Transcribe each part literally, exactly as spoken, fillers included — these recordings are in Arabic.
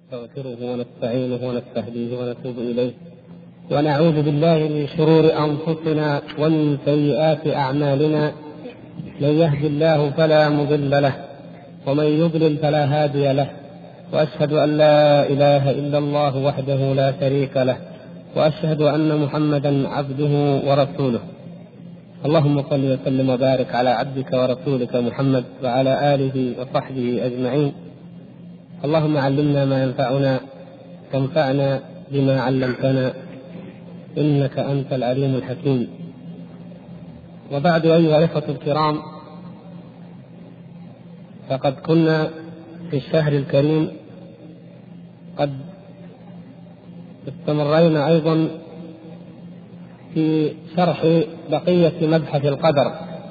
نستغفره ونستعينه ونستهديه ونتوب إليه، ونعوذ بالله من شرور أنفسنا ومن سيئات أعمالنا. من يهد الله فلا مضل له، ومن يضلل فلا هادي له، وأشهد أن لا إله إلا الله وحده لا شريك له، وأشهد أن محمدا عبده ورسوله. اللهم صل وسلم وبارك على عبدك ورسولك محمد وعلى آله وصحبه أجمعين. اللهم علمنا ما ينفعنا وانفعنا بما علمتنا، إنك أنت العليم الحكيم. وبعد، أيها الإخوة الكرام، فقد كنا في الشهر الكريم قد استمرينا أيضا في شرح بقية مبحث القدر،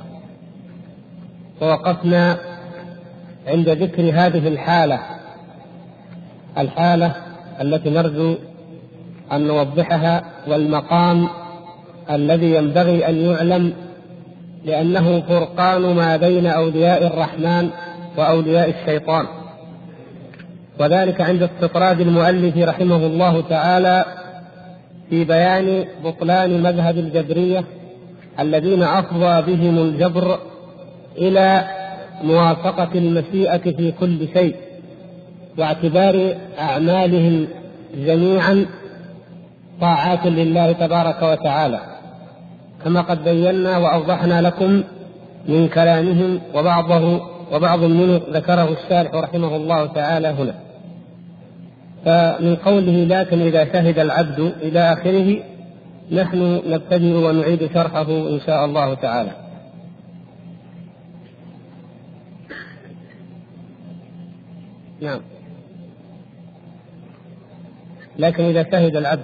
ووقفنا عند ذكر هذه الحالة الحالة التي نرجو أن نوضحها، والمقام الذي ينبغي أن يعلم، لأنه فرقان ما بين أولياء الرحمن وأولياء الشيطان. وذلك عند استطراد المؤلف رحمه الله تعالى في بيان بطلان مذهب الجبرية الذين أفضى بهم الجبر إلى موافقة المشيئة في كل شيء، واعتبار أعمالهم جميعا طاعات لله تبارك وتعالى، كما قد بينا وأوضحنا لكم من كلامهم، وبعضه وبعض منه ذكره الشارح رحمه الله تعالى هنا. فمن قوله لكن إذا شهد العبد إلى آخره، نحن نبتدئ ونعيد شرحه إن شاء الله تعالى. نعم. لكن إذا شهد العبد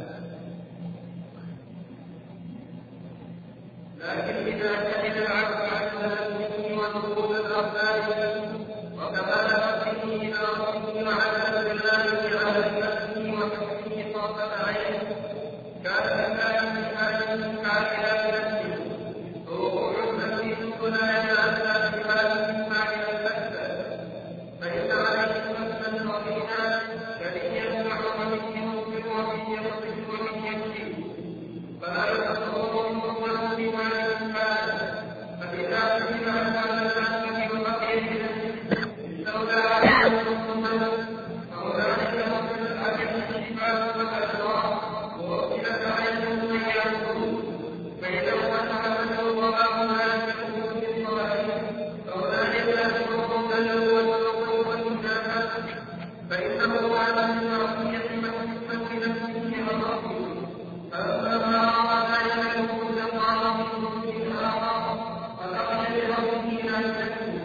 لكن إذا شهد العبد عن ذنبه ونقول الأرباب وكمال ربه إلى ربه وعلى بالله على نفسه وحكمه صاحب عينه، كان لا يمكن أن يفعل نفسه وقوع المسيح لا يتأتى بحال من فاعل المكتب، فإن عليه نفسا رضينا كليا يعلم منه ومن يصف ومن يكفي، فلا يتصور الله بما يفعل. فإذا كان على ذلك وبقيه استولى عليه محمد فأولئك هم الأجل الشفاء والأسرار ووكلت عليهم من يعبدون. فإذا وقع الله لا يكون في الصلاة فأولئك يكفرون له والوقوف والمجاهدة، فإنه على من رقية محمد بنفسه وربه. فلما أراد أن يكون له من الآخر فأخرج له فيما يكون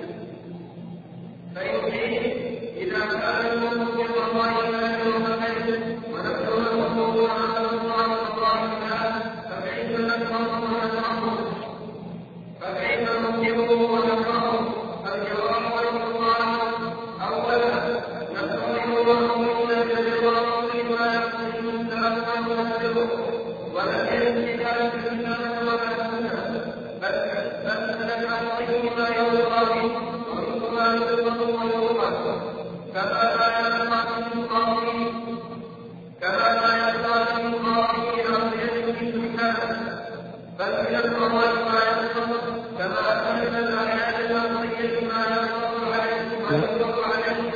فيحييه إذا كان المؤمن والله لا يوم خير ونفسه الأمور على الله وطاعتها، فكيف نكره ونكره فكيف نكره ونكره الجواب والله. أولا نستغفر الله من الجبر وما يقصد التأثر والسر ولكن الكتاب في الكتاب والسنة، بل نجعل فيهما يوم ومنهما يوم ويوم، كما لا يلقى من قاضي كما لا يلقى من قاضي أو يجد في الكتاب، بل من القضاء ما يحصل، كما أن الآيات المرضية ما يحصل عليه ويطلق عليه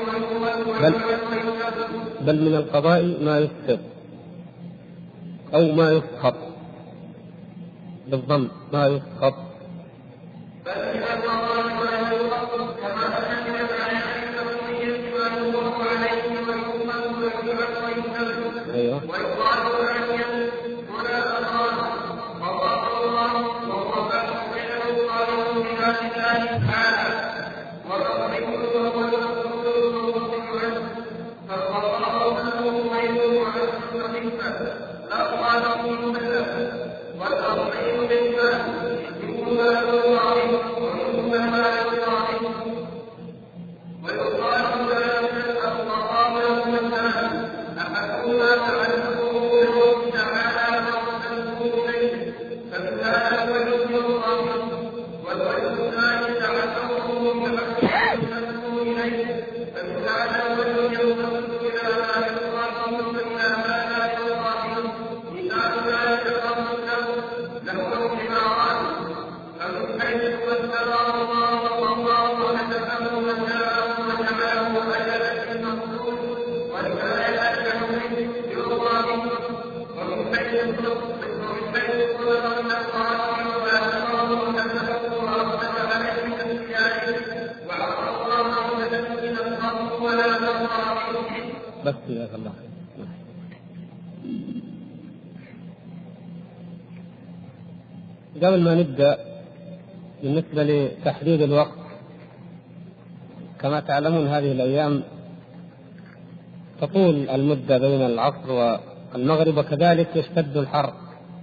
ويوم بل من القضاء ما يفسد أو ما يسخط، بالضم ما يسخط. بل من القضاء ما يسخط، كما أن الآيات المرضية ما يطلق عليه ويوم ويوم ويقال عنه هنا أقال وقال الله وهو فأخبره قالوا بما لله تعالى ورسوله وهو المسؤول عنه، فالقضاء له غير عنه خفيفة لا قال فيه مثله، والأرضين بالله منهما له عظيم ومنهما له عظيم، ويقال ذلك القضاء له مثله أحدهما تعلقه له تعالى ورسله إليه، فبالله ويذكر العظيم، والوجه الثاني تعلقه بحقه إليه، فبالله ويذكر إلى ذلك بس يا الله. قبل ما نبدأ، بالنسبة لتحديد الوقت، كما تعلمون هذه الأيام تطول المدة بين العصر والمغرب، وكذلك يشتد الحر،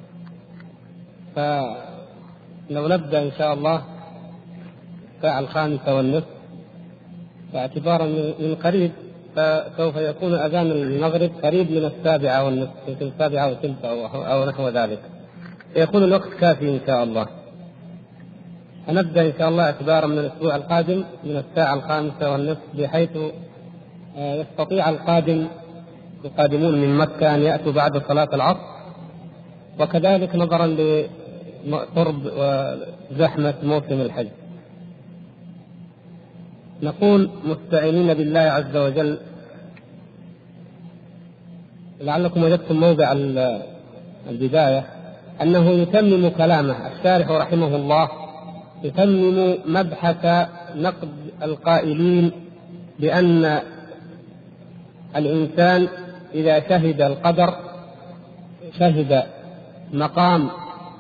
فلو نبدأ إن شاء الله الساعة الخامسة والنصف، فاعتبارا من قريب فسوف يكون أذان المغرب قريب من السابعة والنصف، في السابعة وثلث أو نحو ذلك، يكون الوقت كافي إن شاء الله. هنبدأ إن شاء الله اعتبارا من الأسبوع القادم من الساعة الخامسة والنصف، بحيث يستطيع القادم القادمون من مكة أن يأتوا بعد صلاة العصر، وكذلك نظرا لقرب وزحمة موسم الحج. نقول مستعينين بالله عز وجل، لعلكم وجدتم موضع البداية أنه يتمم كلامه الشارح رحمه الله، يتمم مبحث نقد القائلين بأن الإنسان إذا شهد القدر، شهد مقام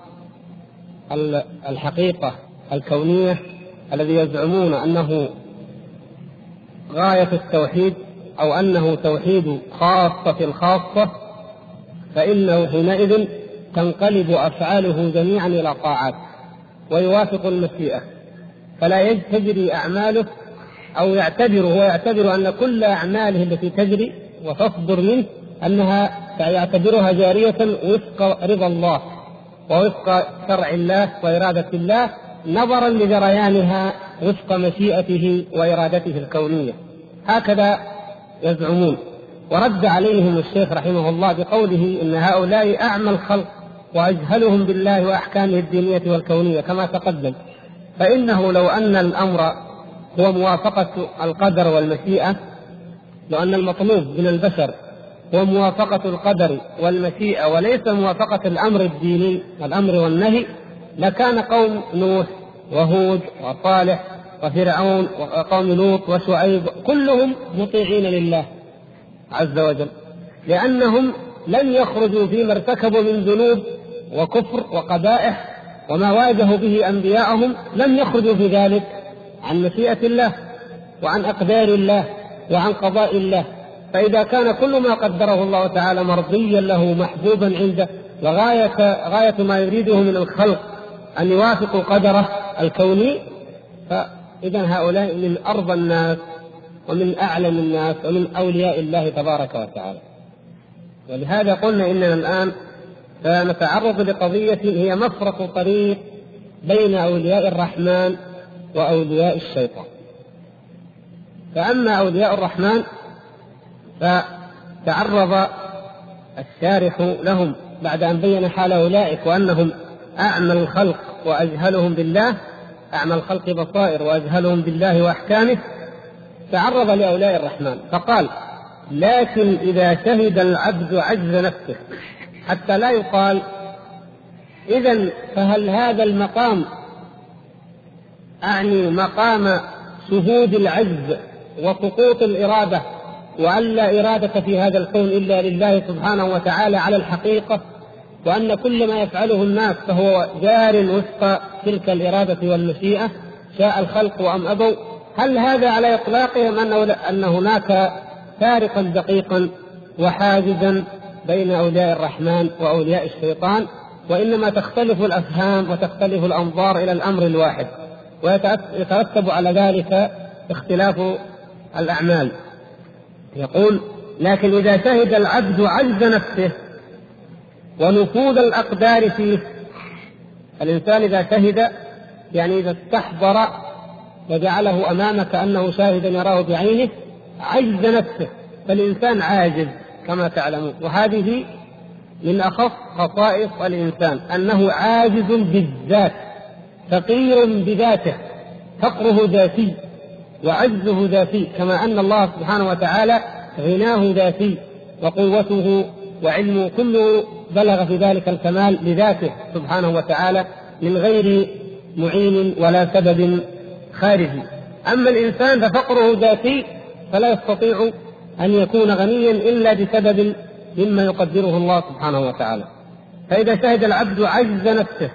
الحقيقة الكونية الذي يزعمون أنه غاية التوحيد أو أنه توحيد خاصة الخاصة، فإنه حينئذ تنقلب أفعاله جميعا إلى طاعات ويوافق المشيئة، فلا تجري أعماله أو يعتبر هو يعتبر أن كل أعماله التي تجري وتصدر منه أنها يعتبرها جارية وفق رضا الله ووفق شرع الله وإرادة الله، نظرا لجريانها وفق مشيئته وإرادته الكونية. هكذا يزعمون. ورد عليهم الشيخ رحمه الله بقوله إن هؤلاء أعمى الخلق وأجهلهم بالله وأحكامه الدينية والكونية كما تقدم، فإنه لو أن الأمر هو موافقة القدر والمشيئة، لو أن المطلوب من البشر هو موافقة القدر والمشيئة وليس موافقة الأمر الديني الأمر والنهي، لكان قوم نوح وهود وصالح وفرعون وقوم لوط وشعيب كلهم مطيعين لله عز وجل، لأنهم لم يخرجوا فيما ارتكبوا من ذنوب وكفر وقبائح وما واجهوا به أنبياءهم، لم يخرجوا في ذلك عن مشيئة الله وعن أقدار الله وعن قضاء الله. فإذا كان كل ما قدره الله تعالى مرضيا له محبوبا عنده، وغاية غاية ما يريده من الخلق أن يوافقوا قدره الكوني، فإذا هؤلاء من أرضى الناس ومن أعلم الناس ومن أولياء الله تبارك وتعالى. ولهذا قلنا إننا الآن سنتعرض لقضية هي مفرق طريق بين أولياء الرحمن وأولياء الشيطان. فأما أولياء الرحمن فتعرض الشارح لهم بعد أن بين حال أولئك وأنهم أعمى الخلق وأجهلهم بالله، أعمى الخلق بصائر وأجهلهم بالله وأحكامه، تعرض لأولياء الرحمن فقال: لكن إذا شهد العبد عجز نفسه، حتى لا يقال إذن فهل هذا المقام أعني مقام شهود العجز وسقوط الإرادة، وأن لا إرادة في هذا الكون إلا لله سبحانه وتعالى على الحقيقة، وأن كل ما يفعله الناس فهو جار وفق تلك الإرادة والمشيئة شاء الخلق وأم أبوا؟ هل هذا على إطلاقهم أن هناك فارقا دقيقا وحاجزا بين أولياء الرحمن وأولياء الشيطان، وإنما تختلف الأفهام وتختلف الأنظار إلى الأمر الواحد، ويترتب على ذلك اختلاف الأعمال. يقول: لكن إذا شهد العبد عجز نفسه ونفوذ الأقدار فيه، الإنسان إذا شهد يعني إذا استحضر وجعله أمامك أنه شاهدا يراه بعينه عجز نفسه، فالإنسان عاجز كما تعلمون، وهذه من أخص خصائص الإنسان أنه عاجز بالذات، فقير بذاته، فقره ذاتي وعجزه ذاتي، كما أن الله سبحانه وتعالى غناه ذاتي وقوته وعلمه كله بلغ في ذلك الكمال لذاته سبحانه وتعالى من غير معين ولا سبب خارجي. أما الإنسان ففقره ذاتي فلا يستطيع أن يكون غنيا إلا بسبب مما يقدره الله سبحانه وتعالى. فإذا شهد العبد عجز نفسه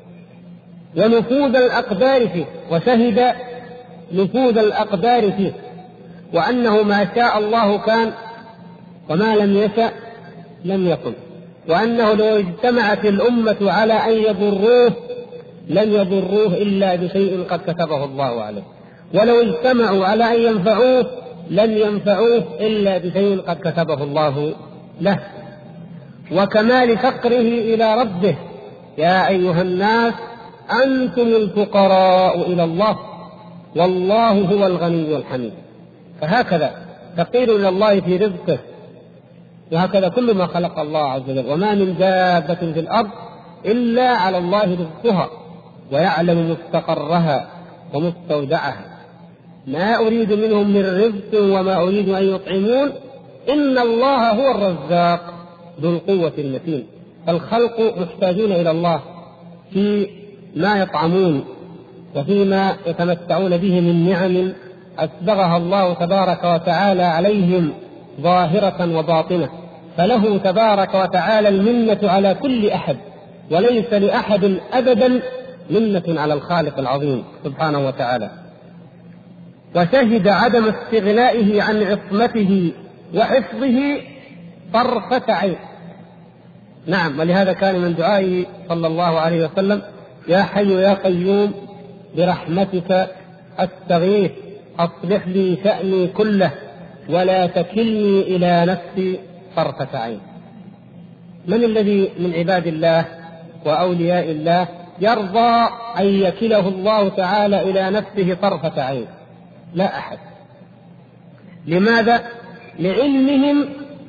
ونفوذ الأقدار فيه، وشهد نفوذ الأقدار فيه وأنه ما شاء الله كان وما لم يشأ لم يكن، وأنه لو اجتمعت الأمة على أن يضروه لن يضروه إلا بشيء قد كتبه الله عليه، ولو اجتمعوا على أن ينفعوه لن ينفعوه إلا بشيء قد كتبه الله له. وكمال فقره إلى ربه: يا أيها الناس أنتم الفقراء إلى الله والله هو الغني الحميد. فهكذا فقير إلى الله في رزقه، وهكذا كل ما خلق الله عز وجل. وما من دابة في الأرض إلا على الله رزقها ويعلم مستقرها ومستودعها. ما أريد منهم من رزق وما أريد أن يطعمون إن الله هو الرزاق ذو القوة المتين. فالخلق محتاجون إلى الله في ما يطعمون وفيما يتمتعون به من نعم أسبغها الله تبارك وتعالى عليهم ظاهرة وباطنة. فله تبارك وتعالى المنة على كل أحد، وليس لأحد أبدا منة على الخالق العظيم سبحانه وتعالى. وشهد عدم استغنائه عن عصمته وحفظه طرفة عين. نعم، ولهذا كان من دعائه صلى الله عليه وسلم: يا حي يا قيوم برحمتك أستغيث أصلح لي شأني كله ولا تكلني إلى نفسي طرفة عين. من الذي من عباد الله وأولياء الله يرضى أن يكله الله تعالى إلى نفسه طرفة عين؟ لا أحد. لماذا؟ لعلمهم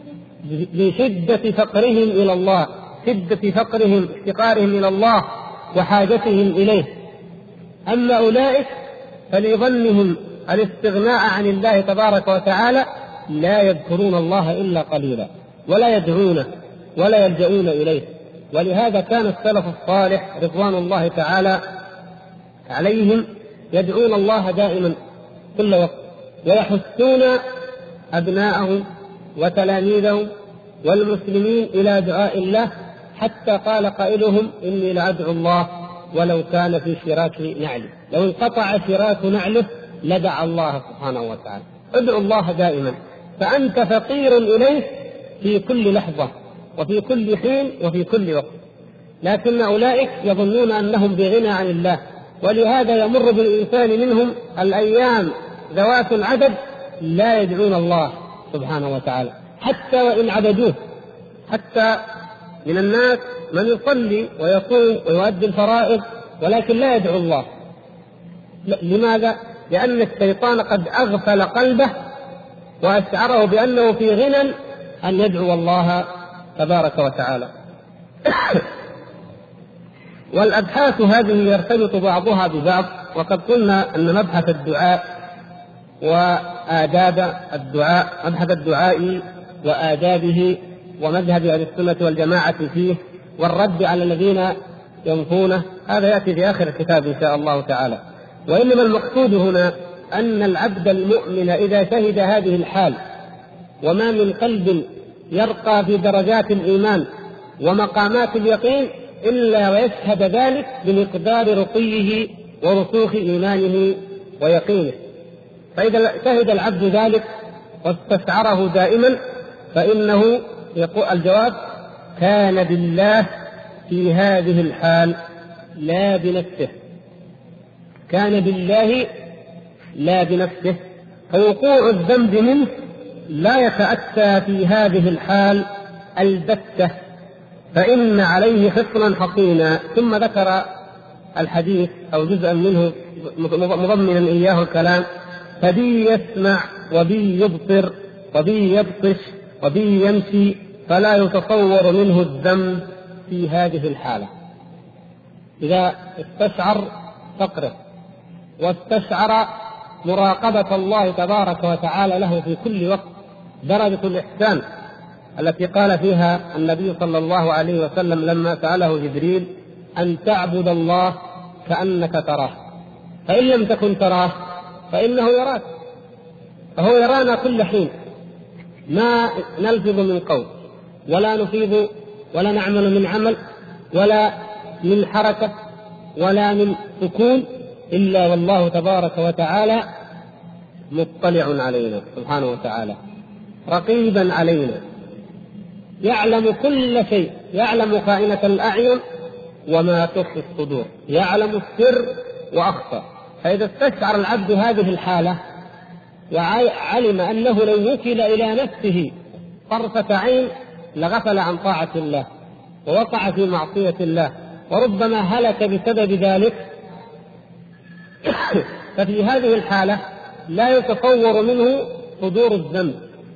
بشدة فقرهم إلى الله، شدة فقرهم افتقارهم إلى الله وحاجتهم إليه. أما أولئك فلظنهم الاستغناء عن الله تبارك وتعالى لا يذكرون الله إلا قليلا ولا يدعونه ولا يلجؤون إليه. ولهذا كان السلف الصالح رضوان الله تعالى عليهم يدعون الله دائما كل وقت، ويحثون أبناءهم وتلاميذهم والمسلمين إلى دعاء الله، حتى قال قائلهم: إني لأدعو الله ولو كان في شراك نعله. لو انقطع شراك نعله لدعا الله سبحانه وتعالى. ادعو الله دائما، فأنت فقير إليه في كل لحظة وفي كل حين وفي كل وقت. لكن أولئك يظنون أنهم بغنى عن الله، ولهذا يمر بالإنسان منهم الأيام ذوات العدد لا يدعون الله سبحانه وتعالى حتى وإن عبدوه. حتى من الناس من يصلي ويصوم ويؤدي الفرائض ولكن لا يدعو الله. لماذا؟ لأن الشيطان قد أغفل قلبه وأشعره بأنه في غنى أن يدعو الله تبارك وتعالى. والأبحاث هذه يرتبط بعضها ببعض، وقد قلنا أن مبحث الدعاء وآداب الدعاء، مبحث الدعاء وآدابه ومذهب أهل السنة والجماعة فيه والرد على الذين ينفونه، هذا يأتي في آخر الكتاب إن شاء الله تعالى. وإنما المقصود هنا أن العبد المؤمن إذا شهد هذه الحال، وما من قلب يرقى في درجات الإيمان ومقامات اليقين إلا ويشهد ذلك بمقدار رقيه ورسوخ إيمانه ويقينه. فإذا شهد العبد ذلك واستشعره دائما فإنه يقول الجواب: كان بالله في هذه الحال لا بنفسه. كان بالله لا بنفسه، فوقوع الذنب منه لا يتأتى في هذه الحال البتة، فإن عليه حصنا حصينا. ثم ذكر الحديث أو جزءا منه مضمنا إياه الكلام: فبي يسمع وبي يبصر وبي يبطش وبي يمشي، فلا يتصور منه الذنب في هذه الحالة. إذا استشعر فقره واستشعر مراقبة الله تبارك وتعالى له في كل وقت درجة الإحسان التي قال فيها النبي صلى الله عليه وسلم لما سأله جبريل أن تعبد الله كأنك تراه، فإن لم تكن تراه فإنه يراك، فهو يرانا كل حين، ما نلفظ من قول ولا نفيض ولا نعمل من عمل ولا من حركة ولا من سكون إلا والله تبارك وتعالى مطلع علينا سبحانه وتعالى، رقيبا علينا، يعلم كل شيء، يعلم خائنة الأعين وما تخفي الصدور، يعلم السر وأخفى. فإذا استشعر العبد هذه الحالة وعلم أنه لو وكل إلى نفسه طرفة عين لغفل عن طاعة الله ووقع في معصية الله وربما هلك بسبب ذلك، ففي هذه الحالة لا يتصور منه صدور الذنب.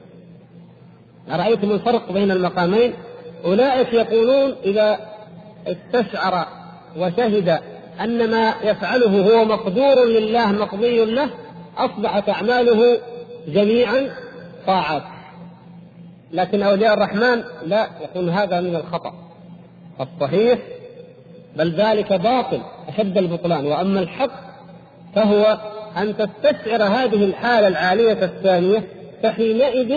أرأيتم الفرق بين المقامين؟ أولئك يقولون إذا استشعر وشهد أن ما يفعله هو مقدور لله مقضي له أصبحت أعماله جميعا طاعات، لكن أولياء الرحمن لا، يقول هذا من الخطأ الصحيح، بل ذلك باطل أشد البطلان. وأما الحق فهو أن تستشعر هذه الحالة العالية الثانية، فحينئذ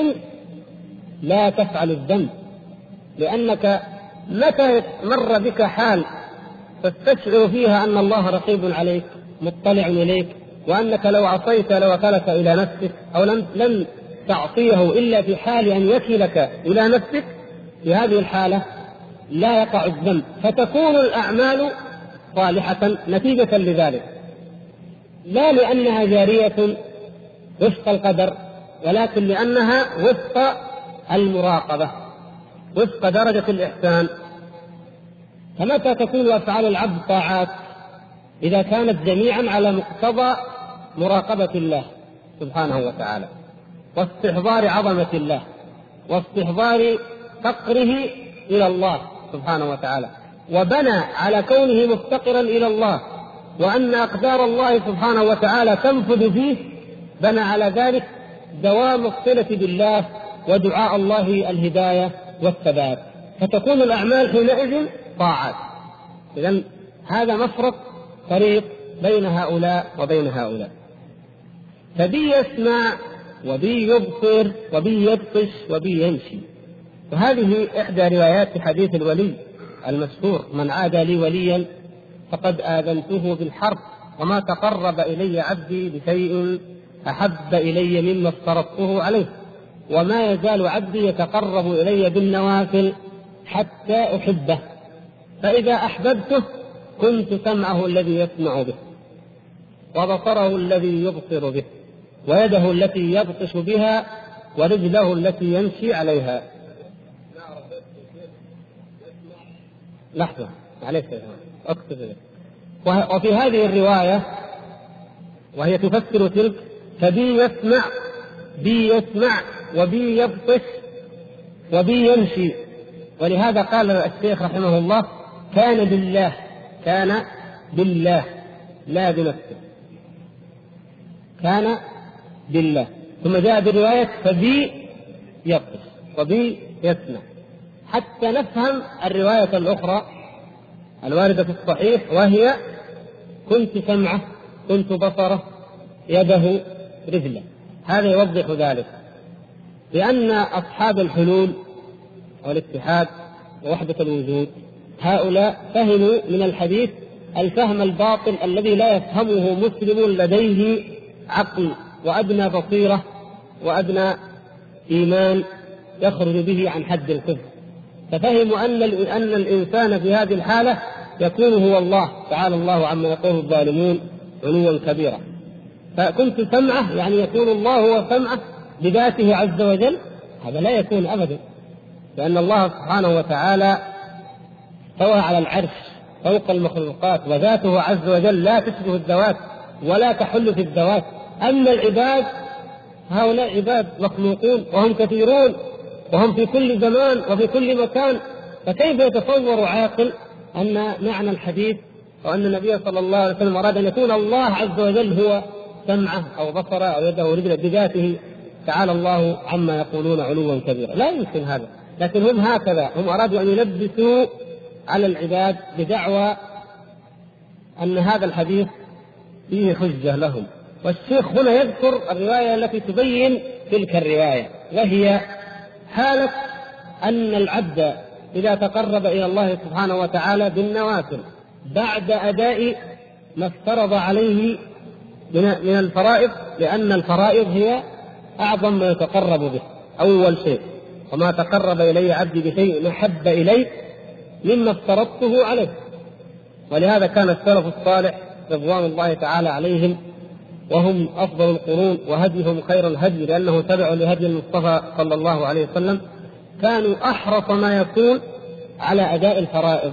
لا تفعل الذنب، لأنك متى مر بك حال تستشعر فيها أن الله رقيب عليك مطلع إليك، وأنك لو عصيت لوكلك إلى نفسك أو لم لم تعصيه إلا في حال أن يكلك إلى نفسك، في هذه الحالة لا يقع الذنب، فتكون الأعمال صالحة نتيجة لذلك، لا لأنها جارية وفق القدر، ولكن لأنها وفق المراقبة، وفق درجة الإحسان. فمتى تكون أفعال العبد طاعات؟ إذا كانت جميعا على مقتضى مراقبة الله سبحانه وتعالى، واستحضار عظمة الله، واستحضار فقره إلى الله سبحانه وتعالى، وبنى على كونه مفتقرا إلى الله وأن أقدار الله سبحانه وتعالى تنفذ فيه، بنى على ذلك دوام الصلة بالله ودعاء الله الهداية والثبات، فتكون الأعمال حينئذ طاعات. إذن هذا مفرق طريق بين هؤلاء وبين هؤلاء. فبي يسمع وبي يبصر وبي يبطش وبي يمشي. وهذه إحدى روايات حديث الولي المشهور: من عادى لي وليا فقد آذنته بالحرب، وما تقرب إلي عبدي بشيء أحب إلي مما افترضته عليه، وما يزال عبدي يتقرب إلي بالنوافل حتى أحبه، فإذا أحببته كنت سمعه الذي يسمع به، وبصره الذي يبصر به، ويده التي يبطش بها، ورجله التي يمشي عليها. لحظة معلش أكتب. وفي هذه الرواية وهي تفسر تلك: فبي يسمع بي يسمع وبي يبطش وبي يمشي. ولهذا قال الشيخ رحمه الله: كان بالله، كان بالله لا بنفسه، كان بالله. ثم جاء برواية: فبي يبطش وبي يسمع، حتى نفهم الرواية الأخرى الواردة في الصحيح، وهي: كنت سمعه، كنت بصره، يده، رجله. هذا يوضح ذلك، لأن أصحاب الحلول والاتحاد ووحدة الوجود هؤلاء فهموا من الحديث الفهم الباطل الذي لا يفهمه مسلم لديه عقل وأدنى بصيرة وأدنى إيمان يخرج به عن حد الكفر. ففهموا أن أن الإنسان في هذه الحالة يكون هو الله تعالى الله عما يقول الظالمون علوا كبيرا. فكنت سمعه يعني يكون الله هو سمعه بذاته عز وجل، هذا لا يكون أبدا، لأن الله سبحانه وتعالى استوى على العرش فوق المخلوقات، وذاته عز وجل لا تشبه الذوات ولا تحل في الذوات. أما العباد هؤلاء عباد مخلوقون وهم كثيرون وهم في كل زمان وفي كل مكان، فكيف يتصور عاقل أن معنى الحديث وأن النبي صلى الله عليه وسلم أراد أن يكون الله عز وجل هو سمعه أو بصره أو يده ورجله بذاته تعالى الله عما يقولون علوا كبيرا، لا يمكن هذا. لكن هم هكذا، هم أرادوا أن يلبسوا على العباد بدعوى أن هذا الحديث فيه حجة لهم. والشيخ هنا يذكر الرواية التي تبين تلك الرواية، وهي حالة أن العبد إذا تقرب إلى الله سبحانه وتعالى بالنوافل بعد أداء ما افترض عليه من الفرائض، لأن الفرائض هي أعظم ما يتقرب به أول شيء، وما تقرب إلي عبدي بشيء أحب إلي مما افترضته عليه. ولهذا كان السلف الصالح رضوان الله تعالى عليهم وهم أفضل القرون وهديهم خير الهدي لأنه تبع لهدي المصطفى صلى الله عليه وسلم، كانوا أحرص ما يكون على أداء الفرائض.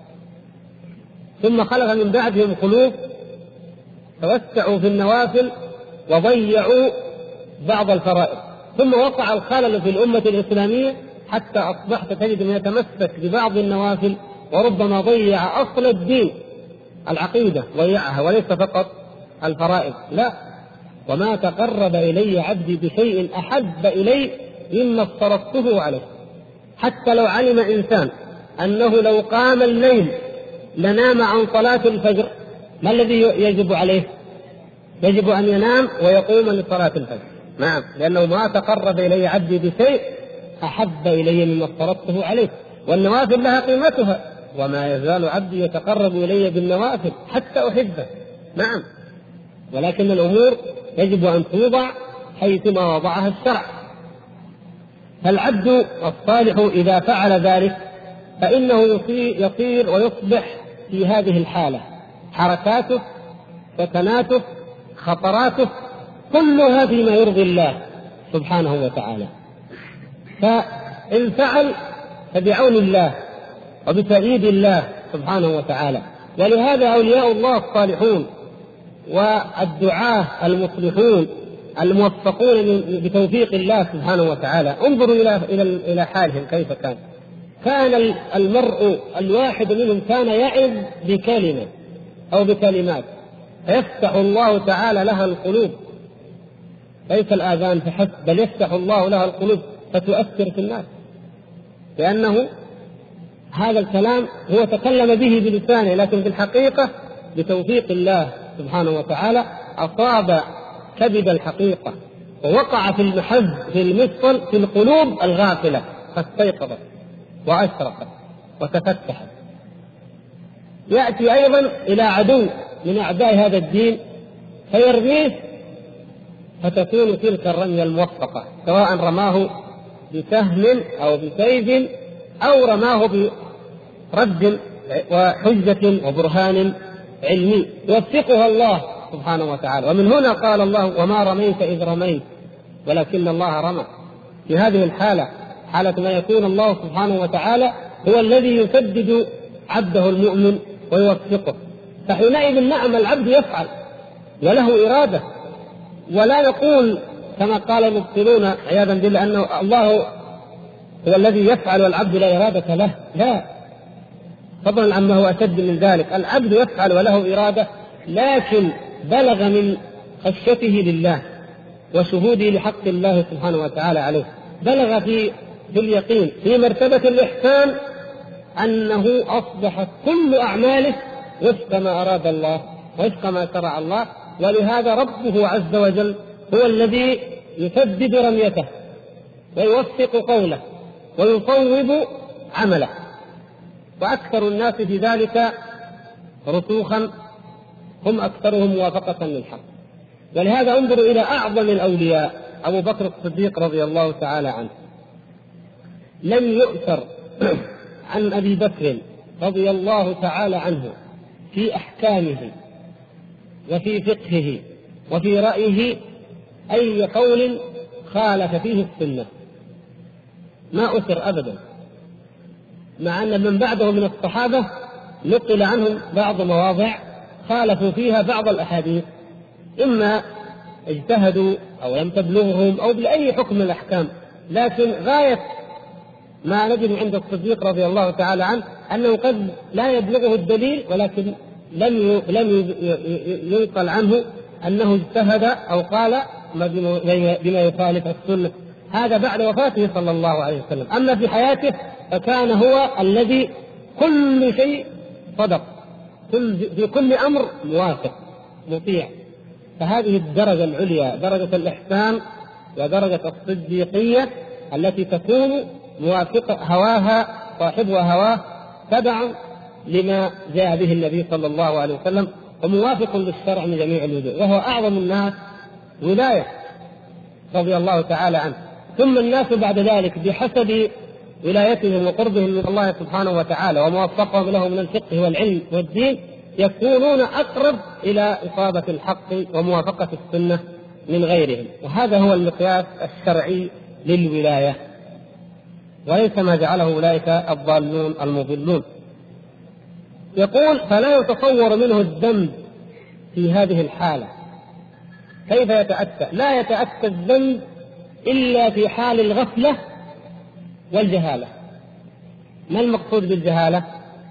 ثم خلف من بعدهم خلوف توسعوا في النوافل وضيعوا بعض الفرائض، ثم وقع الخلل في الأمة الإسلامية حتى أصبحت تجد من يتمسك ببعض النوافل وربما ضيع أصل الدين، العقيدة ضيعها وليس فقط الفرائض. لا، وما تقرب إلي عبدي بشيء أحب إلي مما افترضته عليه. حتى لو علم إنسان أنه لو قام الليل لنام عن صلاة الفجر، ما الذي يجب عليه؟ يجب أن ينام ويقوم لصلاة الفجر. نعم، لأنه ما تقرب إلي عبدي بشيء أحب إلي مما افترضته عليه. والنوافل لها قيمتها، وما يزال عبدي يتقرب إلي بالنوافل حتى أحبه. نعم، ولكن الأمور يجب أن توضع حيثما وضعها الشرع. فالعبد الصالح إذا فعل ذلك فإنه يصير ويصبح في هذه الحالة، حركاته، سكناته، خطراته، كلها فيما يرضي الله سبحانه وتعالى. فإن فعل فبعون الله وبتأييد الله سبحانه وتعالى. ولهذا أولياء الله الصالحون والدعاة المصلحون الموفقون بتوفيق الله سبحانه وتعالى، انظروا إلى إلى حالهم كيف كان. كان المرء الواحد منهم كان يعظ بكلمة أو بكلمات فيفتح الله تعالى لها القلوب، ليس الآذان فحسب، بل يفتح الله لها القلوب فتؤثر في الناس، لأنه هذا الكلام هو تكلم به بلسانه، لكن في الحقيقة بتوفيق الله سبحانه وتعالى أصاب كبد الحقيقة ووقع في المحز في المفصل في القلوب الغافلة فاستيقظت وأشرقت وتفتحت. يأتي أيضا إلى عدو من أعداء هذا الدين فيرميه فتكون تلك الرمية الموفقة، سواء رماه بسهم أو بسيف أو رماه برد وحجة وبرهان علمي يوفقها الله سبحانه وتعالى. ومن هنا قال الله: وما رميت إذ رميت ولكن الله رمى. في هذه الحالة، حالة ما يكون الله سبحانه وتعالى هو الذي يسدد عبده المؤمن ويوفقه، فحينئذ نعم العبد يفعل وله إرادة، ولا يقول كما قال المبطلون عياذا بالله أنه الله هو الذي يفعل والعبد لا إرادة له. لا، فضلا عما هو أشد من ذلك، العبد يفعل وله إرادة، لكن بلغ من خشيته لله وشهوده لحق الله سبحانه وتعالى عليه، بلغ في في اليقين في مرتبة الإحسان أنه أصبحت كل أعماله وفق ما أراد الله وفق ما شرع الله. ولهذا ربه عز وجل هو الذي يسدد رميته ويوفق قوله ويصوب عمله، وأكثر الناس في ذلك رسوخا هم أكثرهم موافقة للحق. ولهذا انظروا إلى أعظم الأولياء أبو بكر الصديق رضي الله تعالى عنه، لم يؤثر عن أبي بكر رضي الله تعالى عنه في أحكامه وفي فقهه وفي رأيه أي قول خالف فيه السنة، ما أثر أبدا، مع أن من بعده من الصحابة نقل عنهم بعض مواضع خالفوا فيها بعض الأحاديث، إما اجتهدوا أو لم تبلغهم أو بأي حكم من الأحكام، لكن غاية ما نجد عند الصديق رضي الله تعالى عنه أنه قد لا يبلغه الدليل، ولكن لم لم ينقل عنه أنه اجتهد أو قال بما يخالف السنة، هذا بعد وفاته صلى الله عليه وسلم. أما في حياته فكان هو الذي كل شيء صدق، كل في كل أمر موافق مطيع. فهذه الدرجة العليا درجة الإحسان ودرجة الصديقية التي تكون موافقة هواها صاحبها هواه تبعا لما جاء به النبي صلى الله عليه وسلم وموافق للشرع من جميع الوجوه، وهو أعظم الناس ولاية رضي الله تعالى عنه. ثم الناس بعد ذلك بحسب ولايتهم وقربهم من الله سبحانه وتعالى وما وفقهم له من الفقه والعلم والدين يكونون أقرب إلى إصابة الحق وموافقة السنة من غيرهم. وهذا هو المقياس الشرعي للولاية، وليس ما جعله أولئك الضالون المضلون. يقول: فلا يتصور منه الذنب في هذه الحالة. كيف يتأتى؟ لا يتأتى الذنب إلا في حال الغفلة والجهالة. ما المقصود بالجهالة؟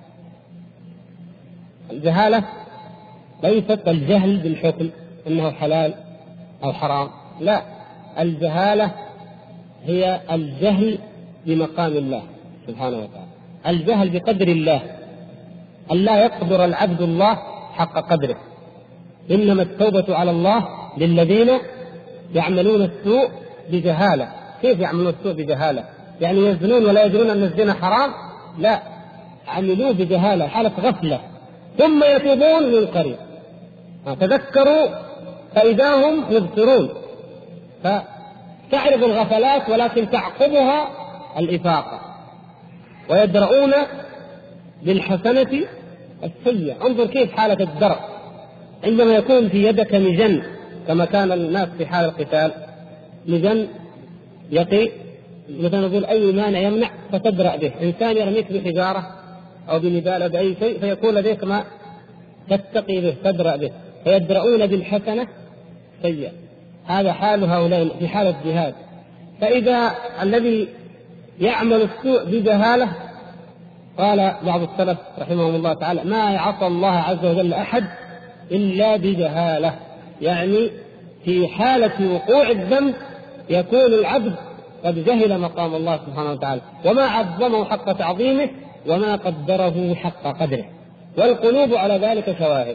الجهالة ليست الجهل بالحكم إنه حلال أو حرام، لا، الجهالة هي الجهل بمقام الله سبحانه وتعالى، الجهل بقدر الله، أن لا يقدر العبد الله حق قدره. إنما التوبة على الله للذين يعملون السوء بجهالة. كيف يعملون السوء بجهالة؟ يعني يزنون ولا يدرون أن الزنا حرام؟ لا، عملوه بجهالة حالة غفلة، ثم يتوبون من قريب، تذكروا فإذا هم يبصرون. فتعرف الغفلات ولكن تعقبها الإفاقة، ويدرؤون بالحسنة السيئة. انظر كيف حالة الدرء عندما يكون في يدك مجن، كما كان الناس في حال القتال، مجن يقي مثلا نقول أي مانع يمنع فتدرأ به. إنسان يرميك بحجارة أو بنبال أو بأي شيء فيكون لديك ما تتقي به تدرأ به، فيدرؤون بالحسنة سيئة. هذا حال هؤلاء في حالة جهاد. فإذا الذي يعمل السوء بجهالة، قال بعض السلف رحمهم الله تعالى: ما يعصى الله عز وجل أحد إلا بجهالة. يعني في حالة وقوع الذنب يكون العبد قد جهل مقام الله سبحانه وتعالى وما عظمه حق تعظيمه وما قدره حق قدره. والقلوب على ذلك شواهد.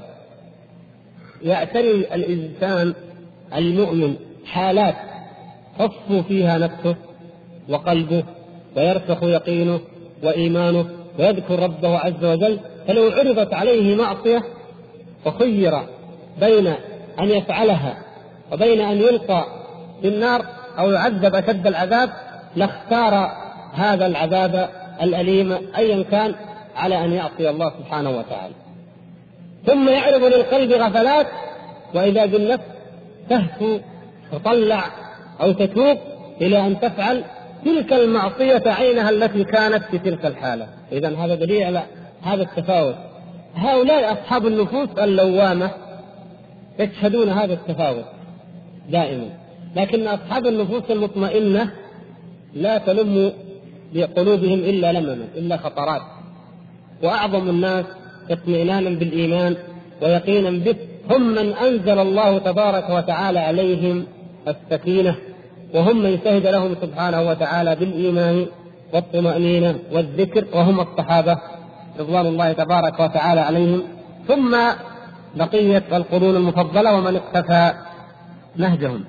يعتري الإنسان المؤمن حالات تصفو فيها نفسه وقلبه ويرسخ يقينه وإيمانه ويذكر ربه عز وجل. فلو عرضت عليه معصية وخير بين أن يفعلها وبين أن يلقى في النار أو يعذب أشد العذاب لاختار هذا العذاب الأليم أيا كان على أن يعصي الله سبحانه وتعالى. ثم يعرض للقلب غفلات، وإذا بالنفس تهفو تطلع أو تتوب إلى أن تفعل تلك المعصية عينها التي كانت في تلك الحالة. إذن هذا دليل على هذا التفاوت. هؤلاء أصحاب النفوس اللوامة يشهدون هذا التفاوت دائما، لكن أصحاب النفوس المطمئنة لا تلم بقلوبهم إلا لمما إلا خطرات. وأعظم الناس اطمئنانا بالإيمان ويقينا به هم من أنزل الله تبارك وتعالى عليهم السكينة، وهم من شهد لهم سبحانه وتعالى بالإيمان والطمأنينة والذكر، وهم الصحابة رضوان الله تبارك وتعالى عليهم، ثم بقية القرون المفضلة ومن اقتفى نهجهم.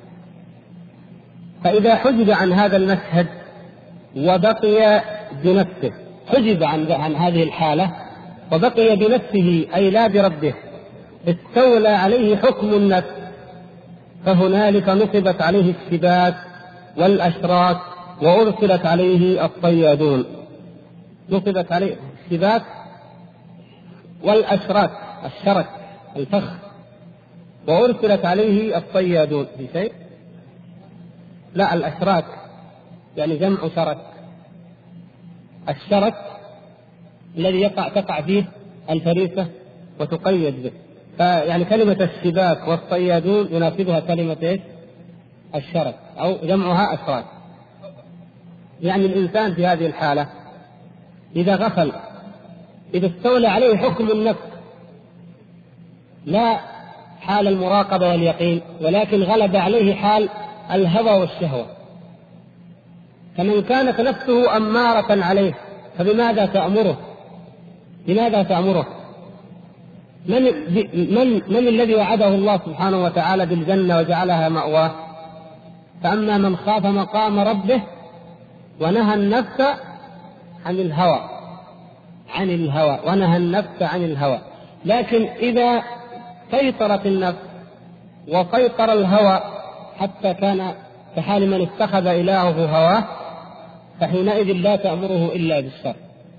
فإذا حجب عن هذا المشهد وبقي بنفسه، حجب عن, عن هذه الحالة وبقي بنفسه أي لا بربه، استولى عليه حكم النفس، فهنالك نصبت عليه الشباك والأشراك وأرسلت عليه الصيادون. نصبت عليه الشباك والأشراك، الشرك الفخ، وأرسلت عليه الصيادون. في شيء؟ لا، الأشراك يعني جمع شرك. الشرك الذي يقع تقع فيه الفريسة وتقيد به. فيعني كلمة الشباك والصيادون يناسبها كلمة إيش؟ الشرك أو جمعها أشراك. يعني الإنسان في هذه الحالة إذا غفل، إذا استولى عليه حكم النفس لا حال المراقبة واليقين، ولكن غلب عليه حال الهوى والشهوة. فمن كانت نفسه أمارة عليه فبماذا تأمره؟ بماذا تأمره؟ من, من, من الذي وعده الله سبحانه وتعالى بالجنة وجعلها مأواه؟ فأما من خاف مقام ربه ونهى النفس عن الهوى عن الهوى ونهى النفس عن الهوى. لكن إذا سيطرت النفس وسيطر الهوى حتى كان كحال من اتخذ إلهه هواه، فحينئذ لا تأمره إلا بالشر.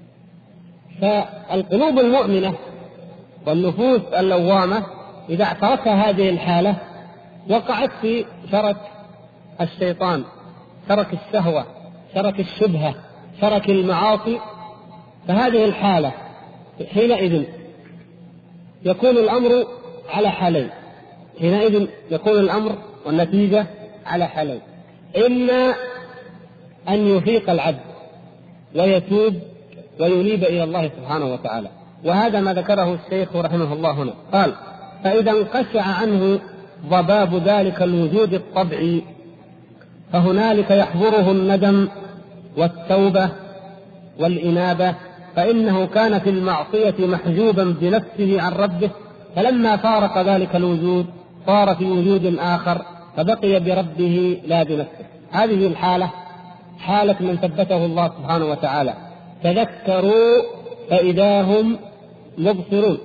فالقلوب المؤمنة والنفوس اللوامة إذا اعترتها هذه الحالة وقعت في شرك الشيطان، شرك الشهوة، شرك الشبهة، شرك المعاصي، فهذه الحالة حينئذ يكون الأمر على حالين. حينئذ يكون الأمر والنتيجة على حالين: إما أن يفيق العبد ويتوب وينيب إلى الله سبحانه وتعالى، وهذا ما ذكره الشيخ رحمه الله هنا. قال: فإذا انقشع عنه ضباب ذلك الوجود الطبعي فهنالك يحضره الندم والتوبة والإنابة، فإنه كان في المعصية محجوبا بنفسه عن ربه، فلما فارق ذلك الوجود صار في وجود آخر فبقي بربه لا بنفسه. هذه الحالة حالة من ثبته الله سبحانه وتعالى: تذكروا فإذا هم مبصرون،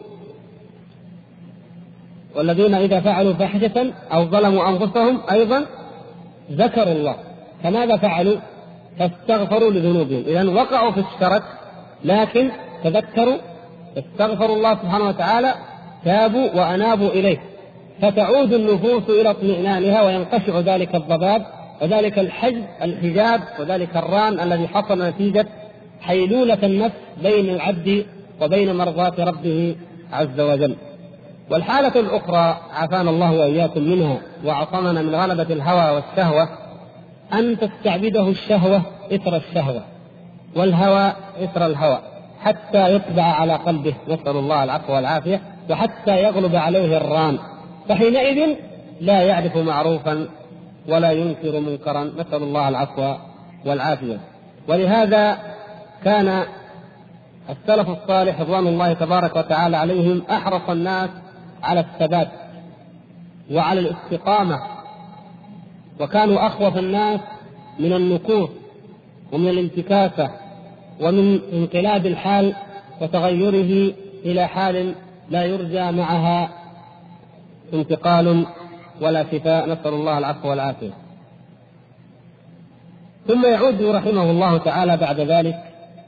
والذين إذا فعلوا فاحشة أو ظلموا أنفسهم أيضا ذكروا الله، فماذا فعلوا؟ فاستغفروا لذنوبهم. إذن وقعوا في الشرك لكن تذكروا، استغفروا الله سبحانه وتعالى، تابوا وأنابوا إليه، فتعود النفوس إلى اطمئنانها وينقشع ذلك الضباب وذلك الحجب الحجاب وذلك الران الذي حصل نتيجة حيلولة النفس بين العبد وبين مرضاة ربه عز وجل. والحالة الأخرى عافانا الله وإياكم منها وعصمنا من غلبة الهوى والشهوة، أن تستعبده الشهوة إثر الشهوة والهوى إثر الهوى حتى يطبع على قلبه، نسأل الله العفو والعافية، وحتى يغلب عليه الران، فحينئذ لا يعرف معروفا ولا ينكر منكرا، نسأل الله العفو والعافية. ولهذا كان السلف الصالح رضوان الله تبارك وتعالى عليهم أحرص الناس على الثبات وعلى الاستقامة، وكانوا أخوف الناس من النكوص ومن الانتكاسة ومن انقلاب الحال وتغيره إلى حال لا يرجى معها انتقال ولا شفاء، نسأل الله العفو والعافية. ثم يعود رحمه الله تعالى بعد ذلك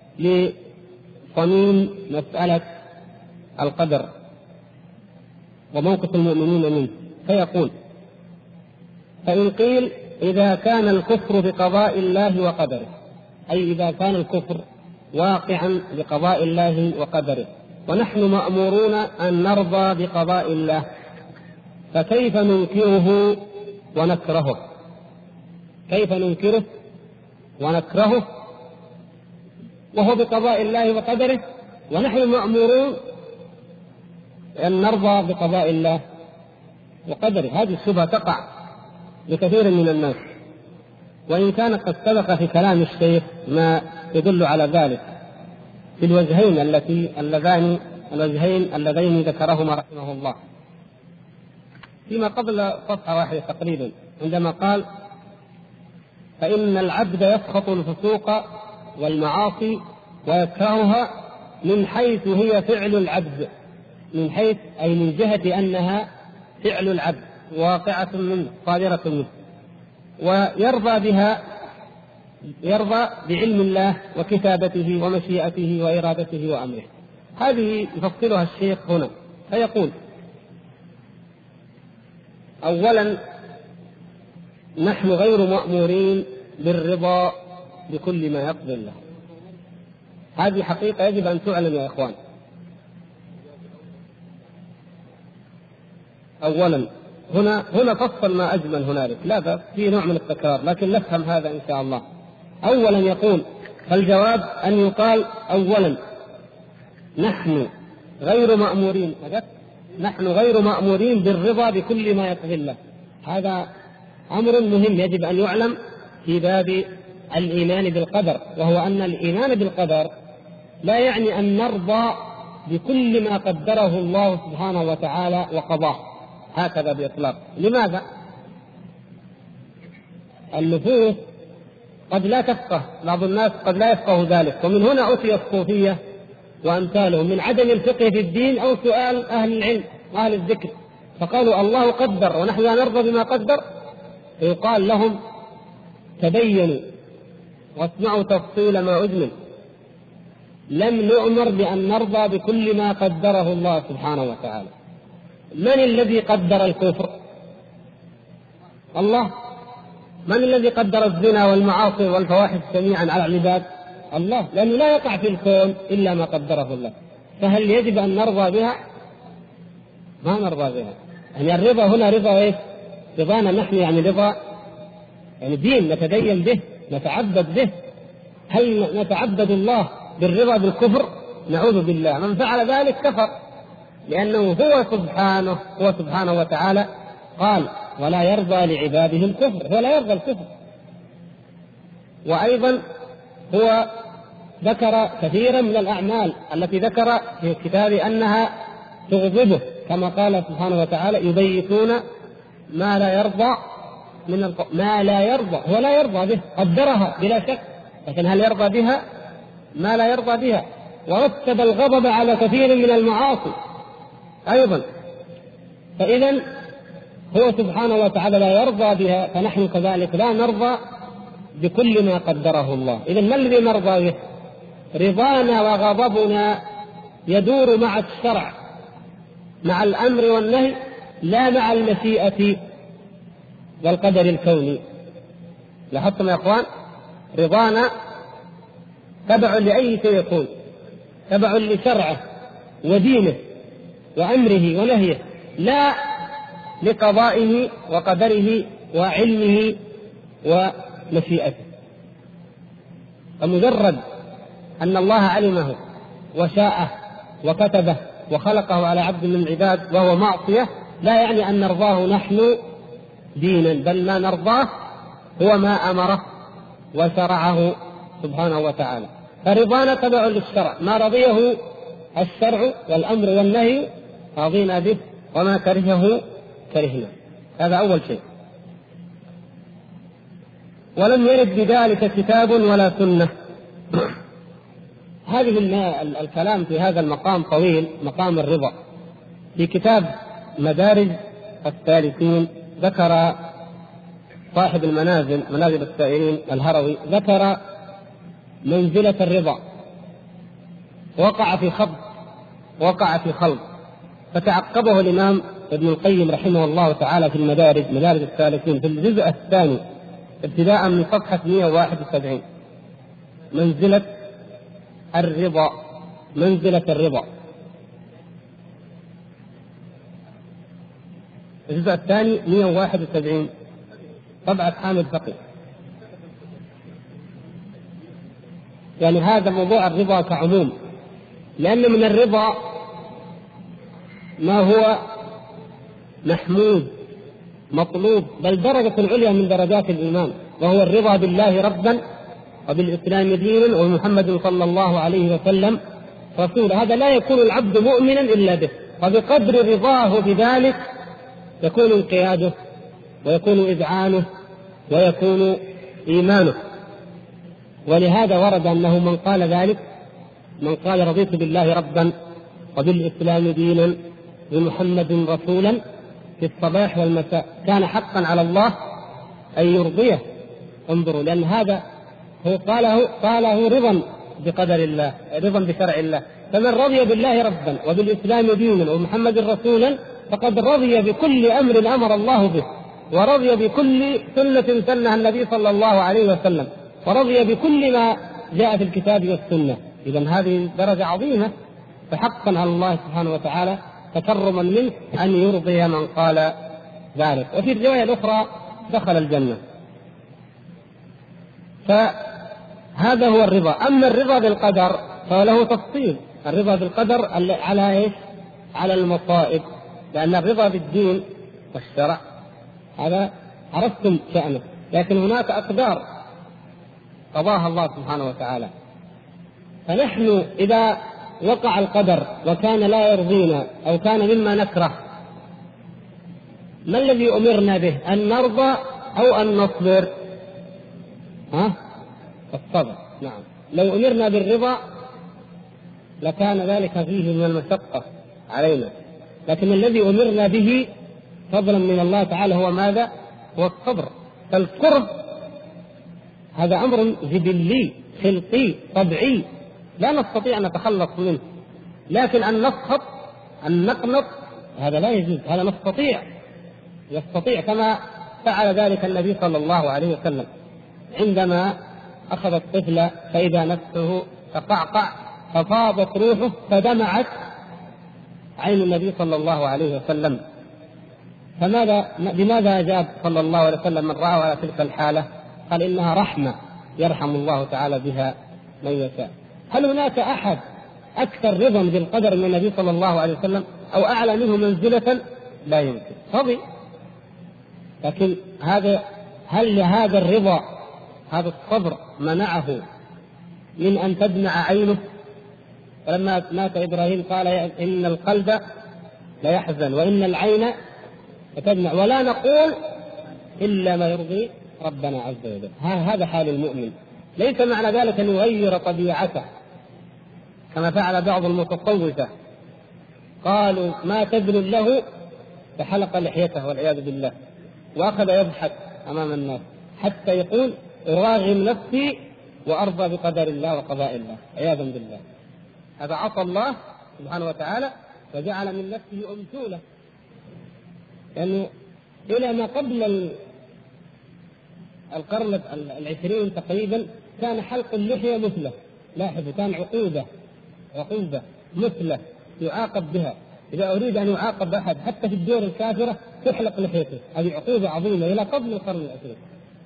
لصميم مسألة القدر وموقف المؤمنين منه، فيقول: فإن قيل إذا كان الكفر بقضاء الله وقدره، أي إذا كان الكفر واقعا بقضاء الله وقدره ونحن مأمورون أن نرضى بقضاء الله، فكيف ننكره ونكرهه؟ كيف ننكره ونكرهه وهو بقضاء الله وقدره ونحن مأمورون أن نرضى بقضاء الله وقدره؟ هذه الشبهة تقع لكثير من الناس، وإن كان قد سبق في كلام الشيخ ما يدل على ذلك في الوجهين التي اللذان الوجهين اللذين ذكرهما رحمه الله فيما قبل صفحة واحدة تقريبا، عندما قال: فإن العبد يسخط الفسوق والمعاصي ويكرهها من حيث هي فعل العبد، من حيث أي من جهة أنها فعل العبد واقعة منه صادرة منه، ويرضى بها، يرضى بعلم الله وكتابته ومشيئته وإرادته وأمره. هذه يفصلها الشيخ هنا فيقول: أولا نحن غير مأمورين بالرضا بكل ما يقضي الله. هذه حقيقة يجب أن تعلم يا إخوان. أولا هنا هنا فصل ما أجمل هنالك، لا بأس، في نوع من التكرار لكن نفهم هذا إن شاء الله. أولا يقول: فالجواب أن يقال أولا نحن غير مأمورين نحن غير مأمورين بالرضا بكل ما يقضي الله. هذا أمر مهم يجب أن يعلم في باب الإيمان بالقدر، وهو أن الإيمان بالقدر لا يعني أن نرضى بكل ما قدره الله سبحانه وتعالى وقضاه هكذا بإطلاق. لماذا؟ النفوس قد لا تفقه، بعض الناس قد لا يفقه ذلك، ومن هنا أتي الصوفية وأمثالهم من عدم الفقه في الدين أو سؤال أهل العلم وأهل الذكر، فقالوا الله قدر ونحن لا نرضى بما قدر، فيقال لهم تبينوا واسمعوا تفصيل ما أجمل، لم نؤمر بأن نرضى بكل ما قدره الله سبحانه وتعالى. من الذي قدر الكفر؟ الله. من الذي قدر الزنا والمعاصي والفواحش جميعا على العباد؟ الله، لأنه لا يقع في الكون إلا ما قدره الله. فهل يجب أن نرضى بها؟ ما نرضى بها. يعني الرضا هنا رضا إيش؟ رضانا نحن، يعني رضا يعني دين نتدين به نتعبد به. هل نتعبد الله بالرضا بالكفر؟ نعوذ بالله، من فعل ذلك كفر، لأنه هو سبحانه هو سبحانه وتعالى قال ولا يرضى لعباده الكفر، ولا يرضى الكفر. وأيضا هو ذكر كثيرا من الأعمال التي ذكر في كتابه أنها تغضبه، كما قال سبحانه وتعالى يبيتون ما لا يرضى من الق... ما لا يرضى، هو لا يرضى به، قدرها بلا شك، لكن هل يرضى بها؟ ما لا يرضى بها. ورتب الغضب على كثير من المعاصي أيضا. فإذا هو سبحانه وتعالى لا يرضى بها، فنحن كذلك لا نرضى بكل ما قدره الله. إذا ما الذي نرضى به؟ رضانا وغضبنا يدور مع الشرع، مع الأمر والنهي، لا مع المشيئة والقدر الكوني. لاحظتم يا أخوان؟ رضانا تبع لأي شيء يكون، تبع لشرعه ودينه وأمره ونهيه، لا لقضائه وقدره وعلمه ومشيئته. فمجرد أن الله علمه وشاءه وكتبه وخلقه على عبد من العباد وهو معصية لا يعني أن نرضاه نحن دينا، بل ما نرضاه هو ما أمره وشرعه سبحانه وتعالى. فرضانا تبع للشرع، ما رضيه الشرع والأمر والنهي راضينا به، وما كرهه كرهنا. هذا أول شيء. ولم يرد بذلك كتاب ولا سنة. هذه الكلام في هذا المقام طويل، مقام الرضا. في كتاب مدارج السالكين ذكر صاحب المنازل منازل السائرين الهروي، ذكر منزلة الرضا، وقع في خبط وقع في خلط، فتعقبه الإمام ابن القيم رحمه الله تعالى في المدارج مدارج السالكين في الجزء الثاني ابتداء من صفحة مئة وواحد وسبعين. منزلة الرضا، منزلة الرضا، الجزء الثاني مئة وواحد وسبعين، طبعة حامد فقيه. يعني هذا موضوع الرضا كعموم، لأن من الرضا ما هو محمود مطلوب، بل درجة عليا من درجات الإيمان، وهو الرضا بالله ربا وبالإسلام دينا ومحمد صلى الله عليه وسلم رسولا. هذا لا يكون العبد مؤمنا إلا به، وبقدر رضاه بذلك يكون انقياده ويكون إذعانه ويكون إيمانه. ولهذا ورد أنه من قال ذلك، من قال رضيت بالله ربا وبالإسلام دينا ومحمد رسولا في الصباح والمساء كان حقا على الله أن يرضيه. انظروا، لأن هذا هو قاله قاله رضا بقدر الله، رضا بشرع الله. فمن رضي بالله ربا وبالإسلام دينا ومحمد رسولا فقد رضي بكل أمر أمر الله به، ورضي بكل سنة سنها النبي صلى الله عليه وسلم، ورضي بكل ما جاء في الكتاب والسنة. إذن هذه درجة عظيمة، فحقا على الله سبحانه وتعالى تكرما منه أن يرضي من قال ذلك. وفي الرواية الأخرى دخل الجنة. فهذا هو الرضا. أما الرضا بالقدر فله تفصيل. الرضا بالقدر على إيش؟ على المصائب لأن الرضا بالدين والشرع هذا عرفتم شأنه، لكن هناك أقدار قضاها الله سبحانه وتعالى. فنحن إذا وقع القدر وكان لا يرضينا أو كان مما نكره، ما الذي أمرنا به؟ أن نرضى أو أن نصبر؟ ها؟ الصبر. نعم، لو أمرنا بالرضا لكان ذلك فيه من المشقة علينا، لكن الذي أمرنا به فضلا من الله تعالى هو ماذا؟ هو الصبر. فالكره هذا أمر جبلي خلقي طبيعي لا نستطيع أن نتخلص منه، لكن أن نسخط أن نقنط هذا لا يجوز. هذا نستطيع يستطيع كما فعل ذلك النبي صلى الله عليه وسلم عندما أخذ الطفل فإذا نفسه تقعقع ففاضت روحه فدمعت عين النبي صلى الله عليه وسلم. فماذا بماذا أجاب صلى الله عليه وسلم من رأى على تلك الحالة؟ قال إنها رحمة يرحم الله تعالى بها من يشاء. هل هناك أحد أكثر رضا بالقدر من النبي صلى الله عليه وسلم أو أعلى منه منزلة؟ لا يمكن. فضي. لكن هذا هل لهذا الرضا هذا الصبر منعه من أن تدمع عينه؟ فلما مات إبراهيم قال إن القلب لا يحزن وإن العين تدمع ولا نقول إلا ما يرضي ربنا عز وجل. هذا حال المؤمن. ليس معنى ذلك أن يغير طبيعته كما فعل بعض المتصوفة، قالوا ما تدل له فحلق لحيته والعياذ بالله وأخذ يضحك أمام الناس حتى يقول أراغم نفسي وأرضى بقدر الله وقضاء الله عياذا بالله. هذا عصى الله سبحانه وتعالى وجعل من نفسه أمثولة، لأنه إلى ما قبل القرن العشرين تقريبا كان حلق اللحية مثله. لاحظوا كان عقوبة عقوبة مثله يعاقب بها. إذا أريد أن يعاقب أحد حتى في الدول الكافرة تحلق لحيته، هذه عقوبة عظيمة إلى قبل القرن العشرين.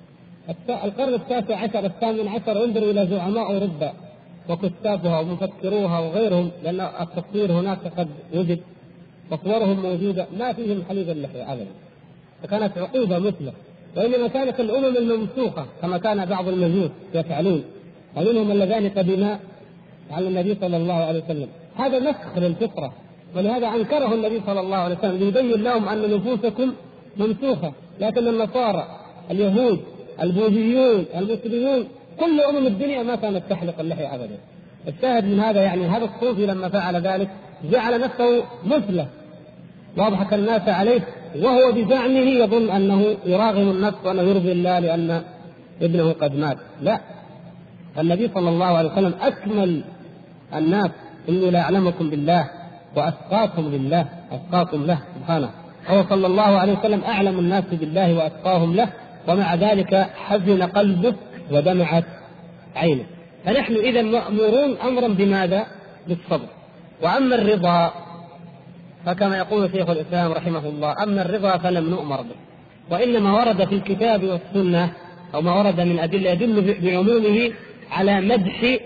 القرن التاسع عشر الثامن عشر انظروا إلى زعماء أوروبا وكتابها ومفكروها وغيرهم، لأن التصوير هناك قد وجد وصورهم موجودة ما فيهم حليب اللحية أبدا، فكانت عقوبة مثله. وإنما كانت الأمم الممسوخة كما كان بعض المجوس يفعلون، ومنهم اللذان قدما على النبي صلى الله عليه وسلم. هذا مسخ للفطرة، ولهذا أنكره النبي صلى الله عليه وسلم ليبين لهم أن نفوسكم ممسوخة. لكن النصارى اليهود البوذيون المسلمون كل أمم الدنيا ما كانت تحلق اللحية أبدا. الشاهد من هذا يعني هذا الصوفي لما فعل ذلك جعل نفسه مثله واضحك الناس عليه، وهو بزعمه يظن أنه يراغم النفس وأنه يرضي الله لأن ابنه قد مات. لا، النبي صلى الله عليه وسلم أكمل الناس. إني لا أعلمكم بالله وأتقاكم لله، أتقاكم له سبحانه. هو صلى الله عليه وسلم أعلم الناس بالله وأتقاهم له، ومع ذلك حزن قلبه ودمعت عينه. فنحن إذا مأمورون أمرا بماذا؟ بالصبر. وأما الرضا فكما يقول شيخ الإسلام رحمه الله أما الرضا فلم نؤمر به، وإنما ورد في الكتاب والسنة أو ما ورد من أدلة يدل بعمومه على مدح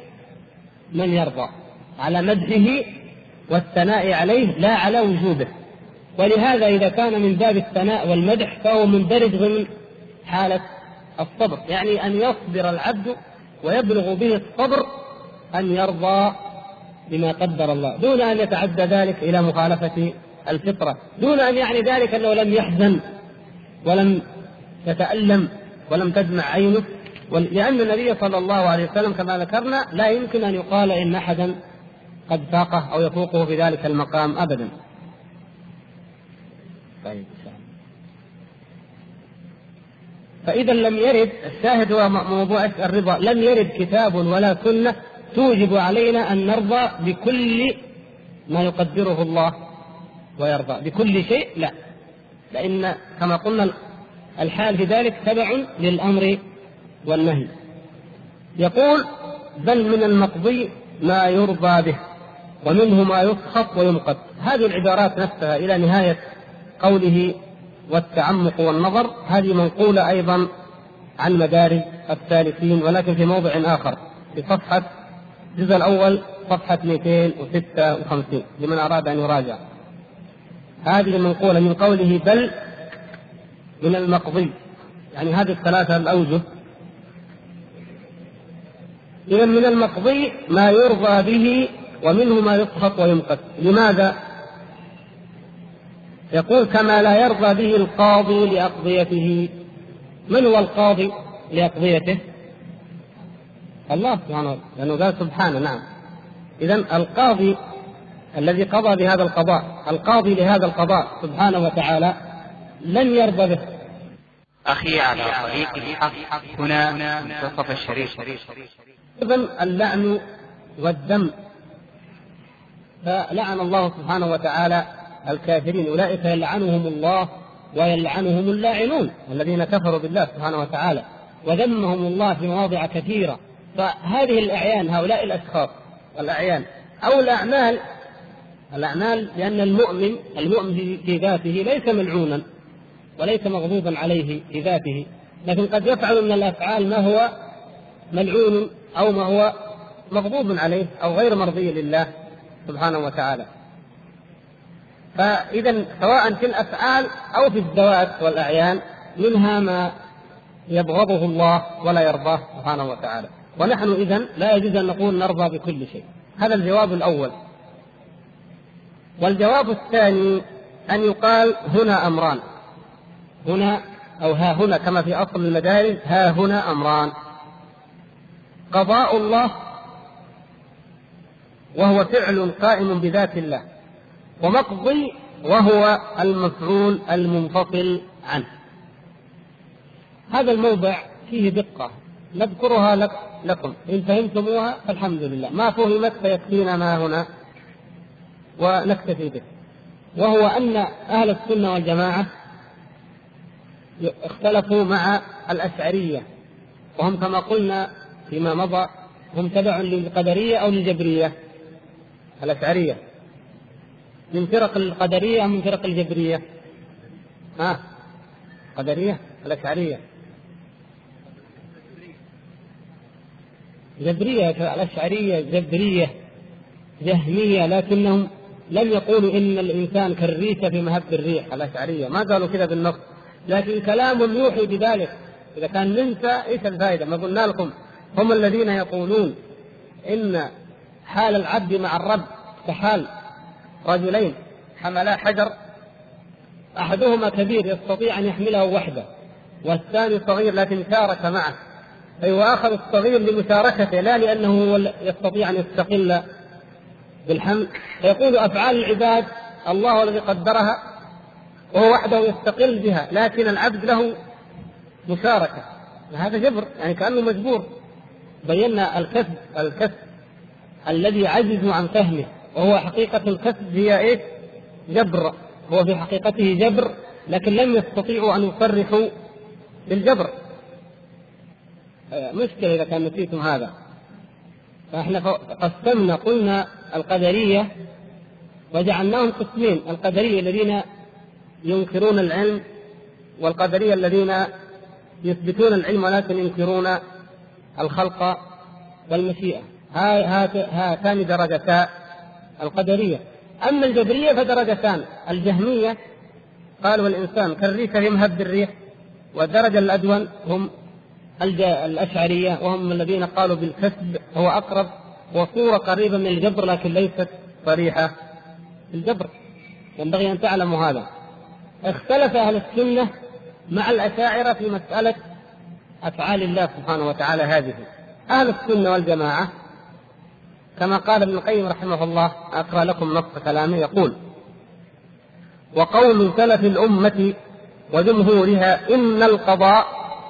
من يرضى، على مدحه والثناء عليه لا على وجوبه. ولهذا إذا كان من باب الثناء والمدح فهو مندرج ضمن حالة الصبر، يعني أن يصبر العبد ويبلغ به الصبر أن يرضى بما قدر الله دون أن يتعدى ذلك إلى مخالفة الفطرة، دون أن يعني ذلك أنه لم يحزن ولم يتألم ولم تدمع عينه. لأن النبي صلى الله عليه وسلم كما ذكرنا لا يمكن أن يقال إن أحدا قد فاقه أو يفوقه في ذلك المقام أبدا. طيب. فإذا لم يرد، الشاهد هو موضوع الرضا، لم يرد كتاب ولا سنة توجب علينا أن نرضى بكل ما يقدره الله ويرضى بكل شيء، لا، لأن كما قلنا الحال في ذلك تبع للأمر والنهي. يقول بل من المقضي ما يرضى به ومنه ما يسخط ويمقت. هذه العبارات نفسها إلى نهاية قوله والتعمق والنظر هذه منقولة أيضا عن مدارج السالكين، ولكن في موضع آخر في صفحة الجزء الأول صفحة مئتين وستة وخمسين لمن أراد أن يراجع. هذه المنقولة من قوله بل من المقضي، يعني هذه الثلاثة الأوجه. إذن من المقضي ما يرضى به ومنه ما يسخط ويمقت. لماذا؟ يقول كما لا يرضى به القاضي لأقضيته. من هو القاضي لأقضيته؟ الله سبحانه، لأنه قال سبحانه. نعم، إذن القاضي الذي قضى بهذا القضاء، القاضي لهذا القضاء سبحانه وتعالى لن يرضى به. أخي على طريق الحق هنا منتصف الشريف. إذن اللعن والذم، فلعن الله سبحانه وتعالى الكافرين، أولئك يلعنهم الله ويلعنهم اللاعنون الذين كفروا بالله سبحانه وتعالى، وذمهم الله في مواضع كثيرة. فهذه الأعيان، هؤلاء الأشخاص الأعيان أو الأعمال، الأعمال لأن المؤمن المؤمن في ذاته ليس ملعونا وليس مغضوبا عليه في ذاته، لكن قد يفعل من الأفعال ما هو ملعون أو ما هو مغضوب عليه أو غير مرضي لله سبحانه وتعالى. فإذا سواء في الأفعال أو في الذوات والأعيان منها ما يبغضه الله ولا يرضاه سبحانه وتعالى. ونحن إذن لا يجوز أن نقول نرضى بكل شيء. هذا الجواب الأول. والجواب الثاني أن يقال هنا أمران، هنا أو ها هنا كما في أصل المدارس، ها هنا أمران: قضاء الله وهو فعل قائم بذات الله، ومقضي وهو المفعول المنفصل عنه. هذا الموضع فيه دقة نذكرها لك لكم، إن فهمتموها فالحمد لله، ما فهمت فيكفينا ما هنا ونكتفي به. وهو أن أهل السنة والجماعة اختلفوا مع الأشعرية، وهم كما قلنا فيما مضى هم تبع للقدرية أو للجبرية. الأشعرية من فرق القدرية أو من فرق الجبرية؟ ها قدرية؟ الأشعرية جبرية. الأشعرية جبرية جهمية، لكنهم لم يقولوا إن الإنسان كالريشة في مهب الريح. الأشعرية ما قالوا كذا بالنص، لكن كلام يوحي بذلك. إذا كان ننسى إيش الفائدة؟ ما قلنا لكم هم الذين يقولون إن حال العبد مع الرب كحال رجلين حملا حجر، أحدهما كبير يستطيع أن يحمله وحده، والثاني صغير لكن شارك معه، أي وآخر الصغير لمشاركته لا لأنه يستطيع أن يستقل بالحمل. فيقول أفعال العباد الله هو الذي قدرها وهو وحده يستقل بها، لكن العبد له مشاركة. هذا جبر، يعني كأنه مجبور. بينا الكسب الكسب الذي عجزوا عن فهمه، وهو حقيقة الكسب هي إيه؟ جبر. هو في حقيقته جبر، لكن لم يستطيعوا أن يصرحوا بالجبر. مشكلة إذا كان نسيتم هذا. فإحنا قسمنا قلنا القدرية وجعلناهم قسمين: القدرية الذين ينكرون العلم، والقدرية الذين يثبتون العلم ولكن ينكرون الخلق والمشيئة. هاتان درجتا القدرية. أما الجبرية فدرجتان: الجهمية قالوا الإنسان كالريح يمهب بالريح، والدرجة الأدون هم الأشعرية، وهم الذين قالوا بالكسب، هو أقرب وصورة قريبة من الجبر لكن ليست صريحة الجبر. ينبغي أن تعلموا هذا. اختلف أهل السنة مع الأشاعرة في مسألة أفعال الله سبحانه وتعالى هذه. أهل السنة والجماعة كما قال ابن القيم رحمه الله، أقرأ لكم نص كلامه، يقول: وقول سلف الأمة وجمهورها إن القضاء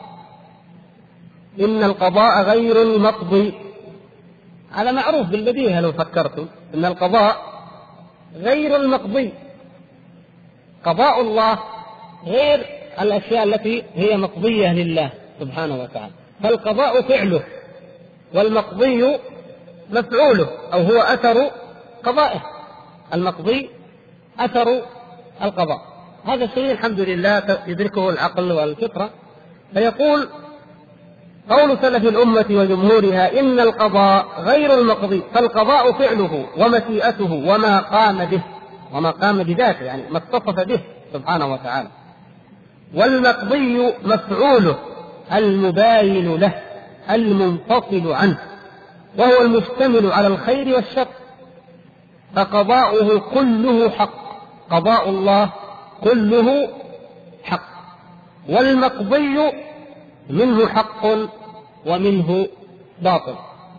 إن القضاء غير المقضي. على معروف بالبديهة لو فكرتم إن القضاء غير المقضي. قضاء الله غير الأشياء التي هي مقضية لله سبحانه وتعالى، فالقضاء فعله والمقضي مفعوله، أو هو أثر قضائه. المقضي أثر القضاء. هذا الشيء الحمد لله يدركه العقل والفطرة. فيقول: قول سلف الأمة وجمهورها إن القضاء غير المقضي، فالقضاء فعله ومشيئته وما قام به. وما قام بذاته، يعني ما اتصف به سبحانه وتعالى. والمقضي مفعوله المباين له المنفصل عنه، وهو المشتمل على الخير والشر، فقضاؤه كله حق، قضاء الله كله حق. والمقضي منه حق ومنه باطل.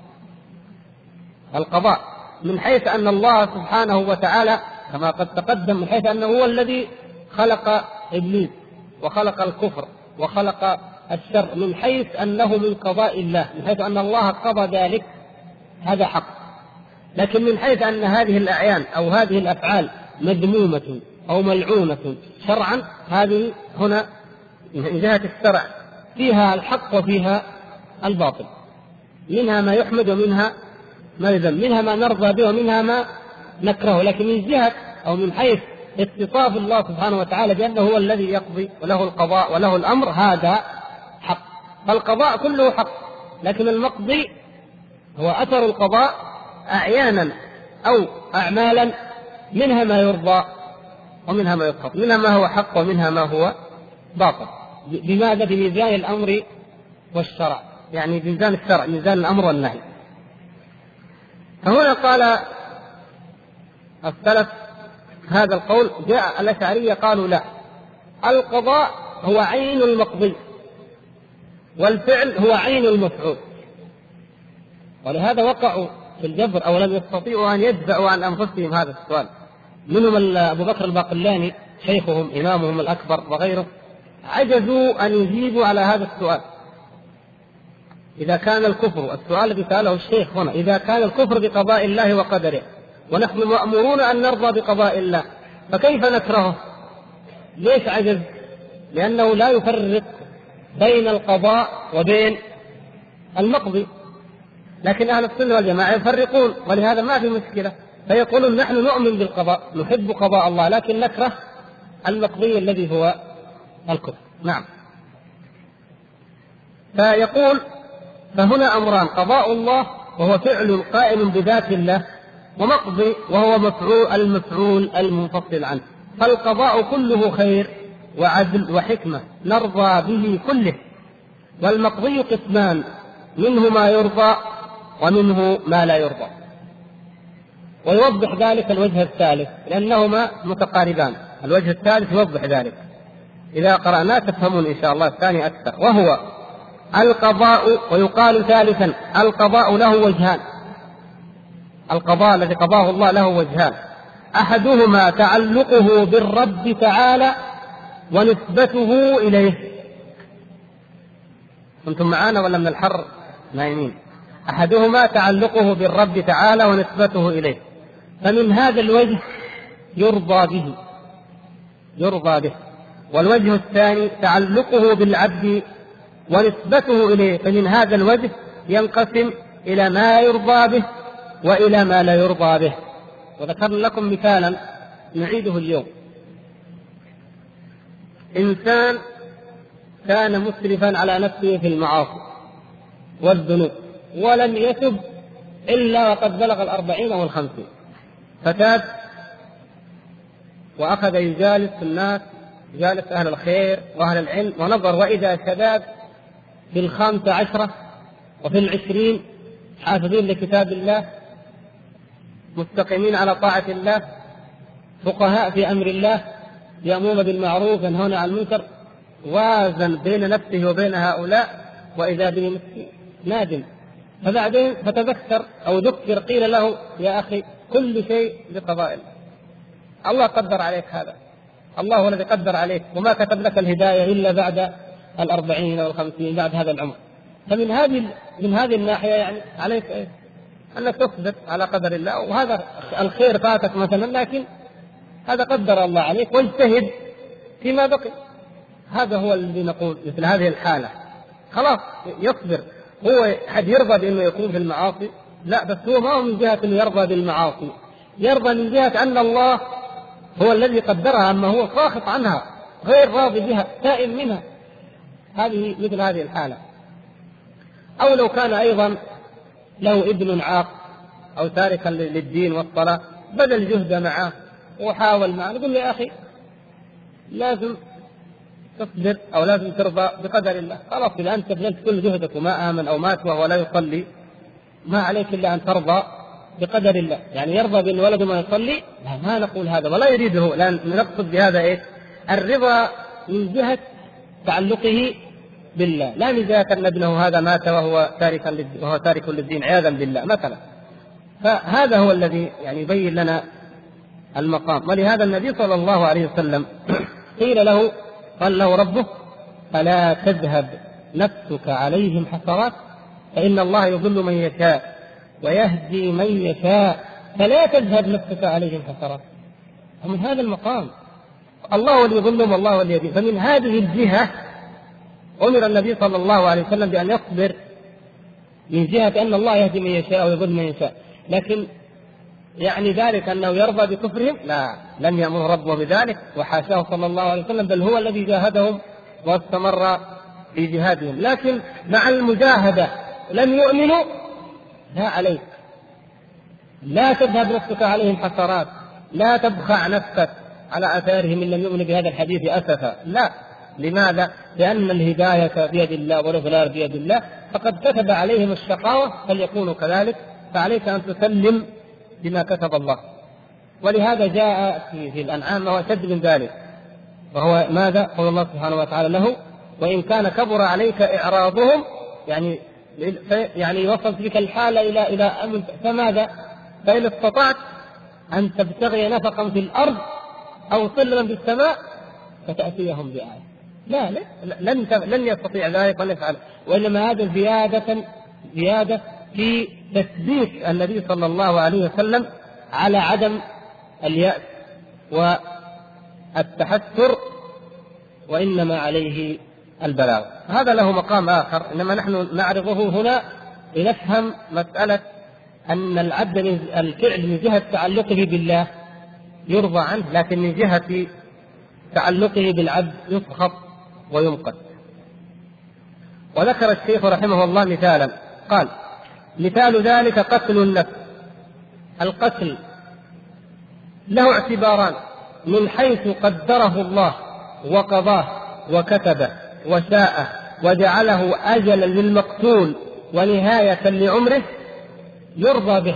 القضاء من حيث أن الله سبحانه وتعالى كما قد تقدم، من حيث أنه هو الذي خلق إبليس وخلق الكفر وخلق الشر، من حيث أنه من قضاء الله، من حيث أن الله قضى ذلك، هذا حق. لكن من حيث أن هذه الأعيان أو هذه الأفعال مذمومة أو ملعونة شرعا، هذه هنا من جهة الشرع فيها الحق وفيها الباطل، منها ما يحمد ومنها ما يذم، منها ما نرضى به ومنها ما نكره. لكن من جهة أو من حيث اتصاف الله سبحانه وتعالى بأنه هو الذي يقضي وله القضاء وله الأمر، هذا حق. فالقضاء كله حق، لكن المقضي هو أثر القضاء أعيانا أو أعمالا، منها ما يرضى ومنها ما يسخط، منها ما هو حق ومنها ما هو باطل. بماذا؟ بميزان الأمر والشرع، يعني بميزان الشرع، ميزان الأمر والنهي. فهنا قال السلف هذا القول، جاء الأشعرية قالوا لا، القضاء هو عين المقضي والفعل هو عين المفعول، ولهذا وقعوا في الجبر أو لم يستطيعوا أن يدفعوا عن أنفسهم هذا السؤال. منهم أبو بكر الباقلاني شيخهم إمامهم الأكبر وغيره، عجزوا أن يجيبوا على هذا السؤال. إذا كان الكفر، السؤال الذي سأله الشيخ هنا، إذا كان الكفر بقضاء الله وقدره ونحن مأمورون أن نرضى بقضاء الله، فكيف نكرهه؟ ليش عجز؟ لأنه لا يفرق بين القضاء وبين المقضي. لكن أهل السنة والجماعة يفرقون، ولهذا ما في مشكلة، فيقولون نحن نؤمن بالقضاء، نحب قضاء الله، لكن نكره المقضي الذي هو الكفر. نعم. فيقول فهنا أمران: قضاء الله وهو فعل قائم بذات الله، ومقضي وهو مفعول المفعول المنفصل عنه. فالقضاء كله خير وعدل وحكمة نرضى به كله، والمقضي قسمان: منه ما يرضى ومنه ما لا يرضى. ويوضح ذلك الوجه الثالث، لأنهما متقاربان. الوجه الثالث يوضح ذلك، إذا قرأناه تفهمون إن شاء الله الثاني أكثر، وهو القضاء. ويقال ثالثا: القضاء له وجهان. القضاء الذي قضاه الله له وجهان: أحدهما تعلقه بالرب تعالى ونسبته إليه. كنتم معنا ولا من الحر نايمين؟ أحدهما تعلقه بالرب تعالى ونسبته إليه، فمن هذا الوجه يرضى به يرضى به. والوجه الثاني تعلقه بالعبد ونسبته إليه، فمن هذا الوجه ينقسم إلى ما يرضى به وإلى ما لا يرضى به. وذكرنا لكم مثالا نعيده اليوم: إنسان كان مسرفا على نفسه في المعاصي والذنوب ولم يتب إلا وقد بلغ الأربعين أو الخمسين، فتاب وأخذ يجالس الناس، جالس أهل الخير وأهل العلم، ونظر وإذا شباب في الخامسة عشرة وفي العشرين حافظين لكتاب الله، مستقيمين على طاعة الله، فقهاء في أمر الله، يأمرون بالمعروف ينهون عن المنكر. وازن بين نفسه وبين هؤلاء، وإذا به مسكين نادم. فبعدين فتذكر أو ذكر قيل له: يا أخي كل شيء بقضاء الله، الله قدر عليك هذا، الله هو الذي قدر عليك، وما كتب لك الهداية إلا بعد الأربعين أو الخمسين، بعد هذا العمر. فمن هذه من هذه الناحية يعني عليك إيه؟ أنك تصبر على قدر الله، وهذا الخير فاتك مثلا، لكن هذا قدر الله عليك، واجتهد فيما بقي. هذا هو الذي نقول مثل هذه الحالة خلاص يصبر. هو حد يرضى بأنه يكون في المعاصي؟ لا، بس هو ما هو من جهة أنه يرضى بالمعاصي، يرضى من جهة أن الله هو الذي قدرها، أما هو ساخط عنها غير راضي بها تائب منها. هذه مثل هذه الحالة. أو لو كان أيضا له ابن عاق أو تاركا للدين والصلاة، بذل جهد معه وحاول معه، نقول له يا أخي لازم تصبر أو لازم ترضى بقدر الله. خلاص إذا أنت بذلت كل جهدك وما آمن أو مات وهو لا يصلي، ما عليك إلا أن ترضى بقدر الله. يعني يرضى بأن ولده ما يصلي؟ لا، ما نقول هذا ولا يريده، لأن نقصد بهذا إيه؟ الرضا من جهة تعلقه بالله، لا من جهة أن ابنه هذا مات وهو تارك وهو تارك للدين عياذا بالله مثلا. فهذا هو الذي يعني يبين لنا المقام. ولهذا النبي صلى الله عليه وسلم قيل له قال له ربه: فلا تذهب نفسك عليهم حسرات فإن الله يضل من يشاء ويهدي من يشاء فلا تذهب نفسك عليهم حسرات. ومن هذا المقام الله هو اللي يضلهم والله هو اللي يهديهم. فمن هذه الجهة أمر النبي صلى الله عليه وسلم بأن يصبر من جهة أن الله يهدي من يشاء ويضل من يشاء. لكن يعني ذلك أنه يرضى بكفرهم؟ لا، لم يأمر ربه بذلك وحاشاه صلى الله عليه وسلم، بل هو الذي جاهدهم واستمر في جهادهم. لكن مع المجاهدة لم يؤمنوا، لا عليك، لا تذهب نفسك عليهم حسرات، لا تبخع نفسك على آثارهم إن لم يؤمنوا بهذا الحديث أسفا. لا. لماذا؟ لأن الهداية بيد الله والإضلال بيد الله، فقد كتب عليهم الشقاوة فليكونوا كذلك، فعليك أن تسلم بما كتب الله. ولهذا جاء في الأنعام ما هو أشد من ذلك، وهو ماذا؟ قول الله سبحانه وتعالى له: وإن كان كبر عليك إعراضهم، يعني يعني وصلت بك الحالة إلى إلى أمن، فماذا؟ فإن استطعت أن تبتغي نفقا في الأرض أو صلا في السماء فتأتيهم بآية. لا, لا لن لن يستطيع ذلك ولن يفعل، وإنما هذا زيادة زيادة في تثبيت النبي صلى الله عليه وسلم على عدم اليأس والتحسر، وإنما عليه البلاغ. هذا له مقام آخر، إنما نحن نعرضه هنا لنفهم مسألة أن العبد الفعل من جهة تعلقه بالله يرضى عنه، لكن من جهة تعلقه بالعبد يسخط وينقذ. وذكر الشيخ رحمه الله مثالا، قال: مثال ذلك قتل النفس. القتل له اعتباران: من حيث قدره الله وقضاه وكتبه وشاءه وجعله أجلا للمقتول ونهاية لعمره، يرضى به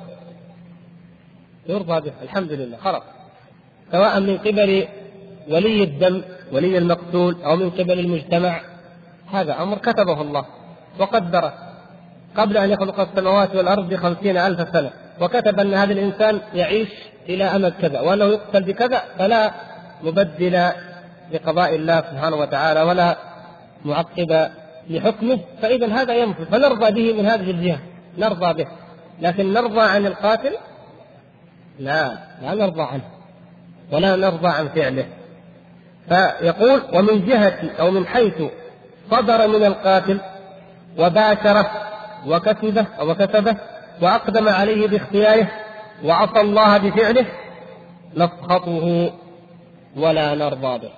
يرضى به الحمد لله، خلاص، سواء من قبل ولي الدم ولي المقتول أو من قبل المجتمع. هذا أمر كتبه الله وقدره قبل أن يخلق السماوات والأرض بخمسين ألف سنة، وكتب أن هذا الإنسان يعيش إلى أمد كذا وأنه يقتل بكذا، فلا مبدل لقضاء الله سبحانه وتعالى ولا معقب لحكمه. فإذا هذا ينفذ، فنرضى به من هذه الجهة، نرضى به. لكن نرضى عن القاتل؟ لا، لا نرضى عنه ولا نرضى عن فعله. فيقول: ومن جهة أو من حيث صدر من القاتل وباشره وكتبه أو كتبه وأقدم عليه باختياره وعصى الله بفعله، نسخطه ولا نرضى به.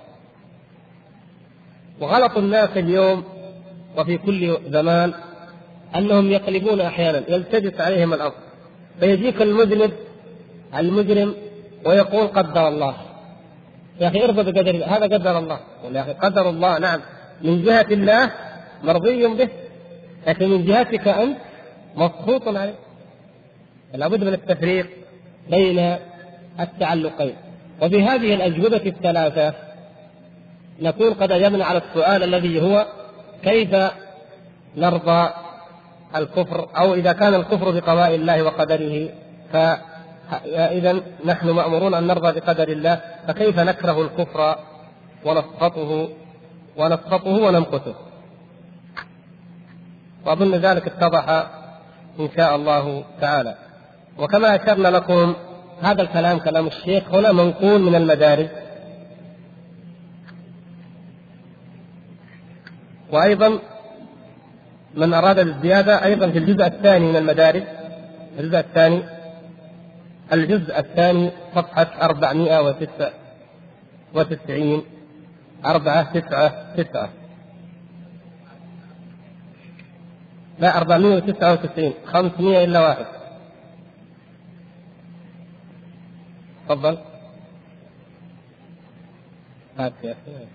وغلط الناس اليوم وفي كل زمان أنهم يقلبون أحيانا، يلتبس عليهم الأمر، فيجيك المذنب المجرم ويقول: قدر الله. يا أخي ارضى بقدر الله، هذا قدر الله. يا أخي قدر الله نعم من جهة الله مرضي به، لكن من جهتك أنت مسخوط عليه. لابد من التفريق بين التعلقين. وبهذه الأجوبة الثلاثة نكون قد أجبنا على السؤال الذي هو: كيف نرضى الكفر، أو إذا كان الكفر بقضاء الله وقدره فإذا نحن مأمورون أن نرضى بقدر الله، فكيف نكره الكفر ونسخطه ونسخطه ونمقته؟ وأظن ذلك اتضح إن شاء الله تعالى. وكما أشرنا لكم هذا الكلام كلام الشيخ هنا منقول من المدارج، وأيضا من أراد الزيادة أيضا في الجزء الثاني من المدارج، الجزء الثاني الجزء الثاني صفحة أربعمائة وتسعة وتسعين أربعة تسعة تسعة لا أربعمائة وتسعة وتسعين خمسمائة إلا واحد. تفضل. هات يا أخي.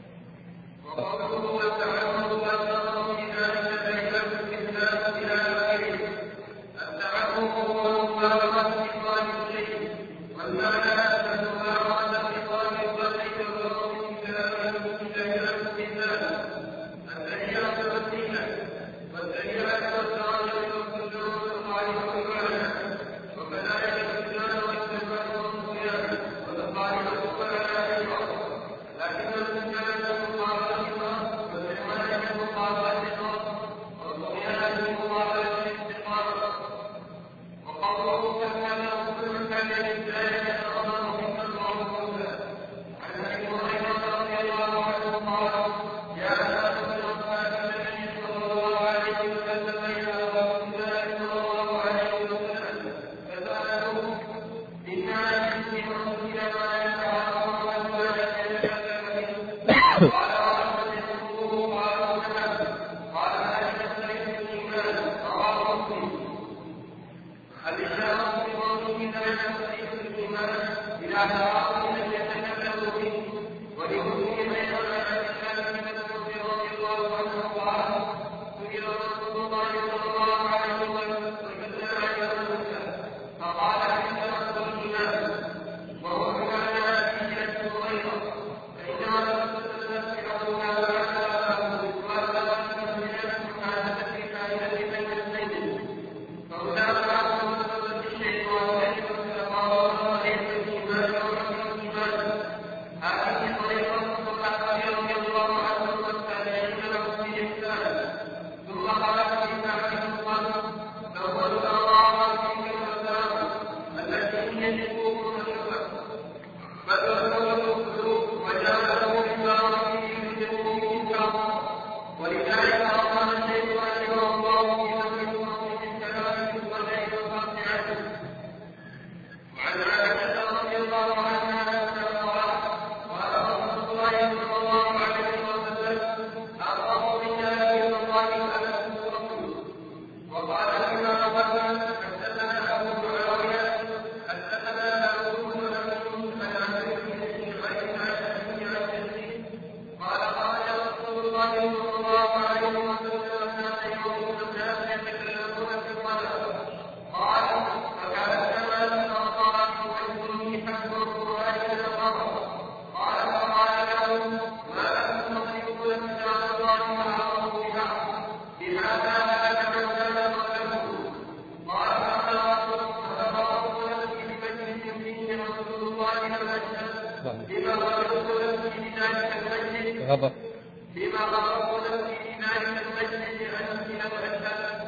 غضب فيما غضب في ذلك المجلس أنزل وأنزل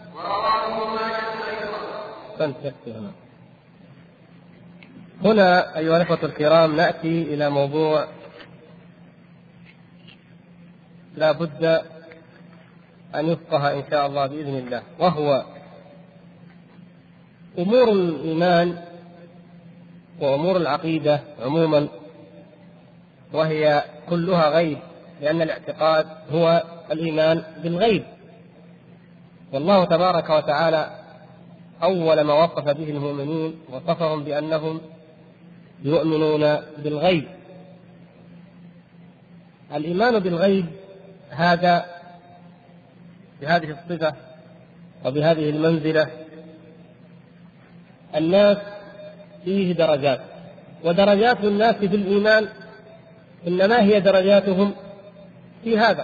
ورواه ماجه أيضا. هنا أيها الأخوة الكرام نأتي إلى موضوع لا بد أن يفقه إن شاء الله بإذن الله، وهو أمور الإيمان وأمور العقيدة عموما، وهي كلها غيب، لأن الاعتقاد هو الإيمان بالغيب. والله تبارك وتعالى أول ما وصف به المؤمنين وصفهم بأنهم يؤمنون بالغيب. الإيمان بالغيب هذا بهذه الصفة وبهذه المنزلة الناس فيه درجات، ودرجات الناس بالإيمان إنما هي درجاتهم في هذا.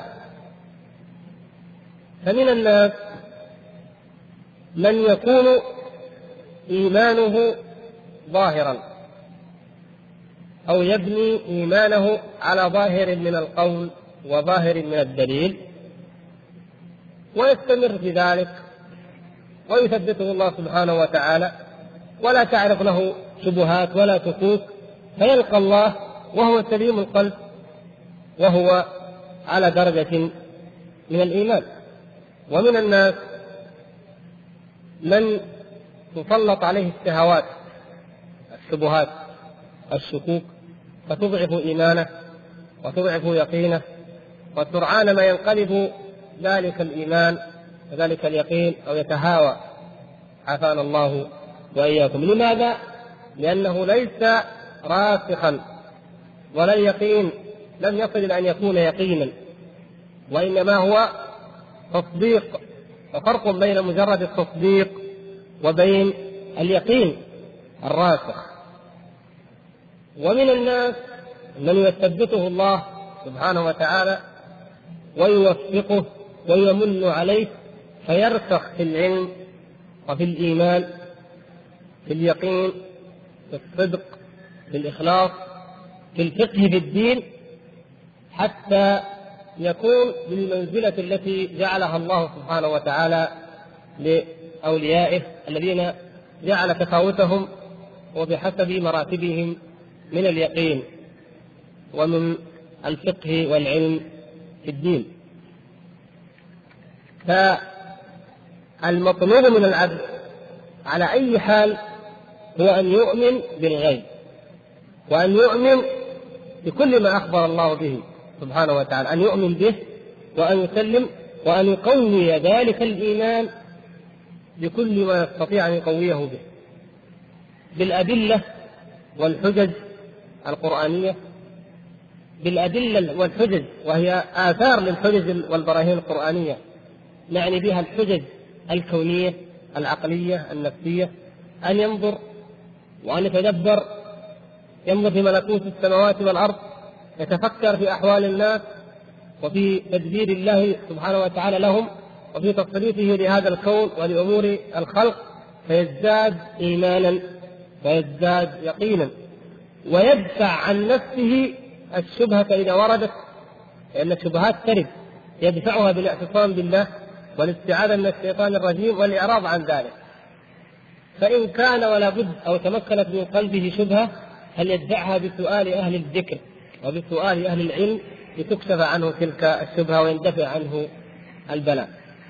فمن الناس من يكون إيمانه ظاهرا أو يبني إيمانه على ظاهر من القول وظاهر من الدليل ويستمر في ذلك ويثبته الله سبحانه وتعالى، ولا تعرف له شبهات ولا شكوك، فيلقى الله وهو سليم القلب وهو على درجة من الإيمان. ومن الناس من تسلط عليه الشهوات الشبهات الشكوك فتضعف إيمانه وتضعف يقينه، وسرعان ما ينقلب ذلك الإيمان وذلك اليقين أو يتهاوى، عافانا الله وإياكم. لماذا؟ لأنه ليس راسخا ولا يقين لم يصل إلى أن يكون يقينا، وإنما هو تصديق. وفرق بين مجرد التصديق وبين اليقين الراسخ. ومن الناس من يثبته الله سبحانه وتعالى ويوفقه ويمن عليه فيرسخ في العلم وفي الإيمان، في اليقين، في الصدق، في الإخلاص، في الفقه في الدين، حتى يكون بالمنزلة التي جعلها الله سبحانه وتعالى لأوليائه الذين جعل تفاوتهم وبحسب مراتبهم من اليقين ومن الفقه والعلم في الدين. فالمطلوب من العبد على أي حال هو أن يؤمن بالغيب، وأن يؤمن بكل ما أخبر الله به سبحانه وتعالى، أن يؤمن به وأن يسلم وأن يقوي ذلك الإيمان بكل ما يستطيع أن يقويه به، بالأدلة والحجج القرآنية، بالأدلة والحجج وهي آثار للحجج والبراهين القرآنية، نعني بها الحجج الكونية العقلية النفسية، أن ينظر وأن يتدبر، ينظر في ملكوت السماوات والأرض، يتفكر في أحوال الناس وفي تدبير الله سبحانه وتعالى لهم وفي تصريفه لهذا الكون ولأمور الخلق، فيزداد إيمانا ويزداد يقينا، ويدفع عن نفسه الشبهة إذا وردت، لأن الشبهات ترد، يدفعها بالاعتصام بالله والاستعاذة من الشيطان الرجيم والإعراض عن ذلك. فإن كان ولا بد أو تمكنت من قلبه شبهة هل يدفعها بسؤال أهل الذكر وبسؤال أهل العلم لتكشف عنه تلك الشبهة ويندفع عنه البلاء.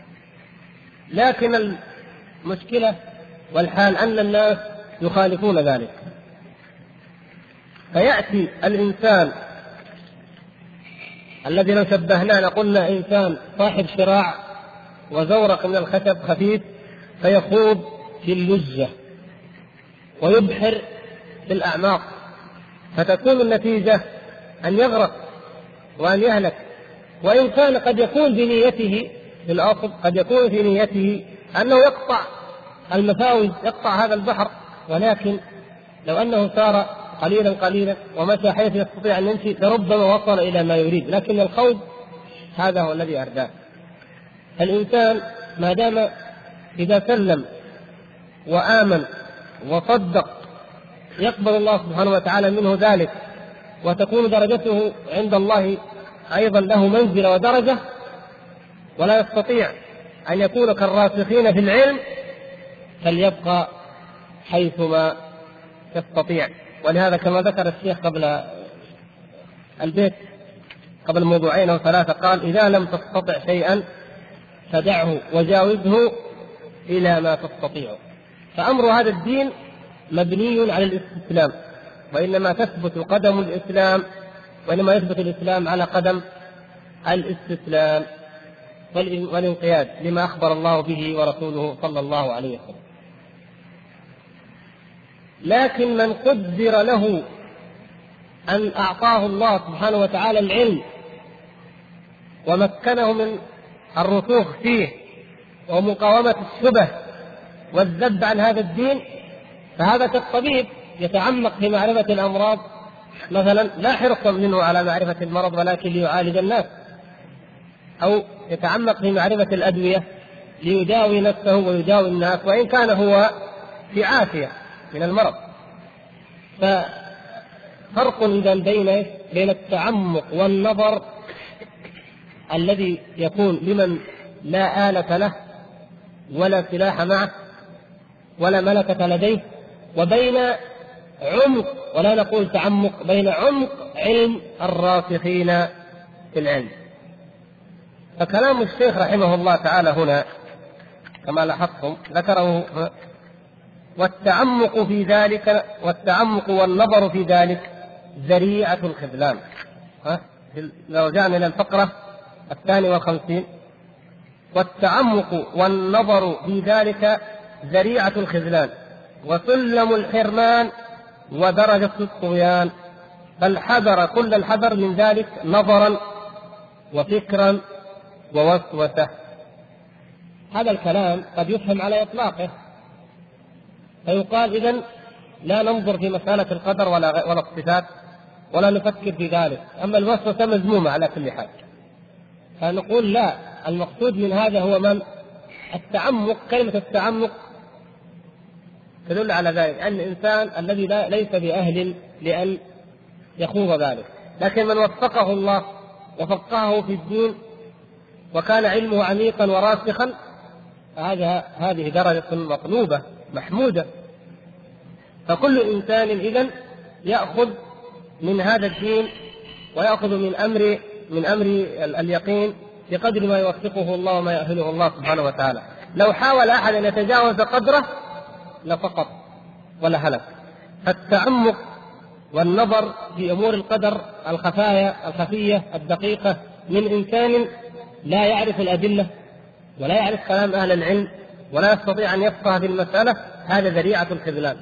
لكن المشكلة والحال أن الناس يخالفون ذلك، فيأتي الإنسان الذي لو شبهناه قلنا إنسان صاحب شراع وزورق من الخشب خفيف، فيخوض في اللجة ويبحر في الأعماق، فتكون النتيجة أن يغرق وأن يهلك. وإن كان قد يكون في نيته في الأصل قد يكون في نيته أنه يقطع المفاوز، يقطع هذا البحر، ولكن لو أنه سار قليلا قليلا ومشى حيث يستطيع أن يمشي لربما وصل إلى ما يريد، لكن الخوض هذا هو الذي أرداه. الإنسان ما دام إذا سلم وآمن وصدق يقبل الله سبحانه وتعالى منه ذلك، وتكون درجته عند الله أيضا له منزلة ودرجة، ولا يستطيع أن يكون كالراسخين في العلم، فليبقى حيثما يستطيع. ولهذا كما ذكر الشيخ قبل البيت قبل موضوعين أو ثلاثة قال: إذا لم تستطع شيئا فدعه وجاوزه إلى ما تستطيع. فأمر هذا الدين مبني على الاستسلام، وإنما تثبت قدم الإسلام وإنما يثبت الإسلام على قدم الاستسلام والانقياد لما أخبر الله به ورسوله صلى الله عليه وسلم. لكن من قدر له أن أعطاه الله سبحانه وتعالى العلم ومكنه من الرسوخ فيه ومقاومة الشبه والذب عن هذا الدين، فهذا كالطبيب يتعمق في معرفة الأمراض مثلا، لا حرصا منه على معرفة المرض ولكن ليعالج الناس، أو يتعمق في معرفة الأدوية ليداوي نفسه ويداوي الناس وإن كان هو في عافية من المرض. ففرق إذا بين بين التعمق والنظر الذي يكون لمن لا آلة له ولا سلاح معه ولا ملكة لديه، وبين عمق، ولا نقول تعمق، بين عمق علم الراسخين في العلم. فكلام الشيخ رحمه الله تعالى هنا كما لاحظتم ذكره: والتعمق في ذلك والتعمق والنظر في ذلك ذريعة الخذلان. ها لو جاءنا إلى الفقرة الثانية والخمسين: والتعمق والنظر في ذلك ذريعة الخذلان وسلم الحرمان ودرجة الطغيان فالحذر كل الحذر من ذلك نظرا وفكرا ووسوسة. هذا الكلام قد يفهم على إطلاقه، فيقال إذن لا ننظر في مسألة القدر ولا ولا الصفات ولا نفكر في ذلك، أما الوسوسة مذمومة على كل حال. فنقول لا، المقصود من هذا هو من التعمق. كلمة التعمق تدل على ذلك أن الإنسان الذي لا ليس بأهل لأن يخوض ذلك، لكن من وفقه الله وفقهه في الدين وكان علمه عميقا وراسخا، هذا هذه درجة مطلوبة محمودة. فكل إنسان إذن يأخذ من هذا الدين ويأخذ من أمر من أمر اليقين بقدر ما يوفقه الله وما يأهله الله سبحانه وتعالى. لو حاول أحد أن يتجاوز قدره لسقط ولا هلك. فالتعمق والنظر في أمور القدر الخفايا الخفية الدقيقة من إنسان لا يعرف الأدلة ولا يعرف كلام أهل العلم ولا يستطيع أن يفقه في المسألة، هذا ذريعة الخذلان.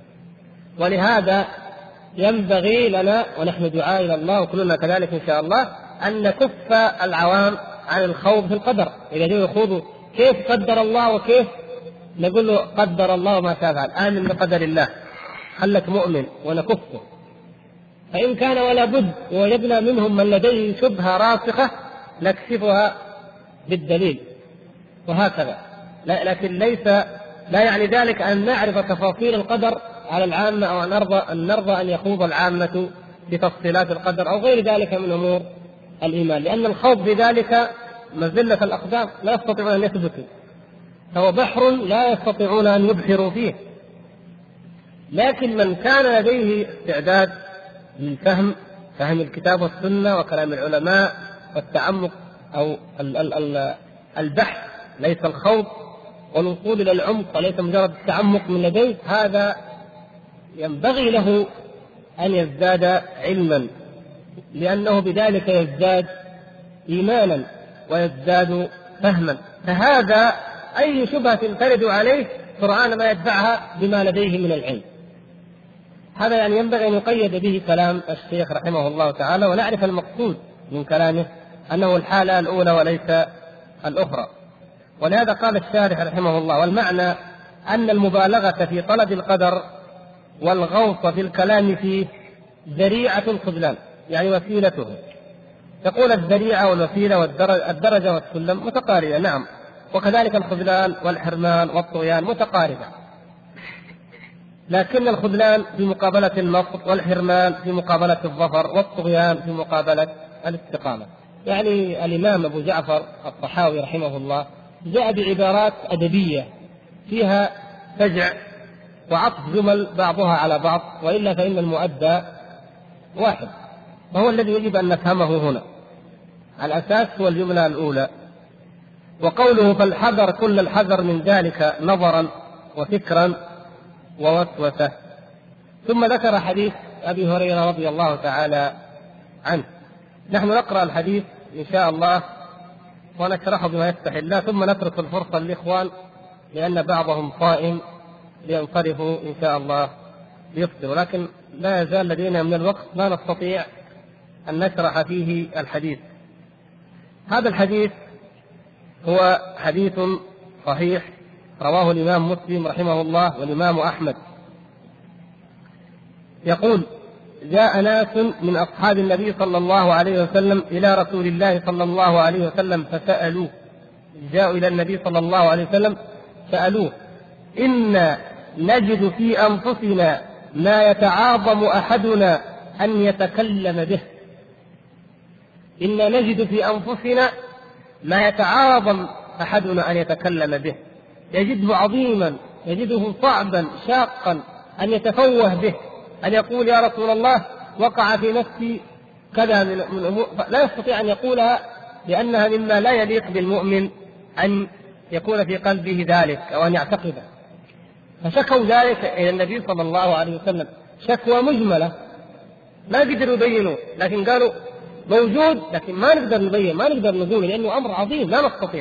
ولهذا ينبغي لنا ونحن دعاء إلى الله وكلنا كذلك إن شاء الله أن نكف العوام عن الخوض في القدر. إذا جاءوا يخوضوا كيف قدر الله وكيف، نقول له قدر الله ما شاء فعل، آمن بقدر الله، خلك مؤمن ونكفه. فإن كان ولا بد ووجدنا منهم من لديه شبهة راسخة نكشفها بالدليل وهكذا. لكن ليس لا يعني ذلك أن نعرف تفاصيل القدر على العامة أو أن نرضى أن نرضى أن يخوض العامة بتفصيلات القدر أو غير ذلك من أمور الإيمان، لأن الخوض بذلك مزلة الأقدام، لا يستطيعون أن يثبتوا، فهو بحر لا يستطيعون أن يبحروا فيه. لكن من كان لديه استعداد للفهم، فهم الكتاب والسنة وكلام العلماء والتعمق أو البحث ليس الخوض، والوصول إلى العمق وليس مجرد التعمق من لديه، هذا ينبغي له أن يزداد علما، لأنه بذلك يزداد إيمانا ويزداد فهما. فهذا أي شبهة ترد عليه سرعان ما يدفعها بما لديه من العلم. هذا يعني ينبغي أن يقيد به كلام الشيخ رحمه الله تعالى، ونعرف المقصود من كلامه أنه الحالة الأولى وليس الأخرى. ولهذا قال الشارح رحمه الله: والمعنى أن المبالغة في طلب القدر والغوص في الكلام فيه ذريعة الخذلان، يعني وسيلته. تقول الذريعة والوسيلة والدرجة والسلم متقاربة، نعم، وكذلك الخذلان والحرمان والطغيان متقاربة، لكن الخذلان في مقابلة النصر، والحرمان في مقابلة الظفر، والطغيان في مقابلة الاستقامة. يعني الإمام أبو جعفر الطحاوي رحمه الله جاء بعبارات أدبية فيها فجع وعطف جمل بعضها على بعض، وإلا فإن المؤدى واحد، وهو الذي يجب أن نفهمه هنا. الأساس هو الجملة الأولى، وقوله فالحذر كل الحذر من ذلك نظرا وفكرا ووسوسة. ثم ذكر حديث أبي هريرة رضي الله تعالى عنه. نحن نقرأ الحديث إن شاء الله ونشرحه بما يفتح الله، ثم نترك الفرصة للإخوان لأن بعضهم صائم لينصرفوا إن شاء الله ليفطروا، لكن لا يزال لدينا من الوقت ما نستطيع أن نشرح فيه الحديث. هذا الحديث هو حديث صحيح رواه الإمام مسلم رحمه الله والإمام أحمد. يقول: جاء ناس من أصحاب النبي صلى الله عليه وسلم إلى رسول الله صلى الله عليه وسلم فسألوه، جاءوا إلى النبي صلى الله عليه وسلم سألوه: إنا نجد في أنفسنا ما يتعاظم أحدنا أن يتكلم به. إنا نجد في أنفسنا ما يتعاظم أحدنا أن يتكلم به، يجده عظيما، يجده صعبا شاقا أن يتفوه به، أن يقول يا رسول الله وقع في نفسي كذا من أمور، لا يستطيع أن يقولها لأنها مما لا يليق بالمؤمن أن يكون في قلبه ذلك أو أن يعتقده. فشكوا ذلك إلى النبي صلى الله عليه وسلم شكوى مجملة ما قدروا يبينوا، لكن قالوا موجود لكن ما نقدر نبين، ما نقدر نقول لأنه أمر عظيم لا نستطيع.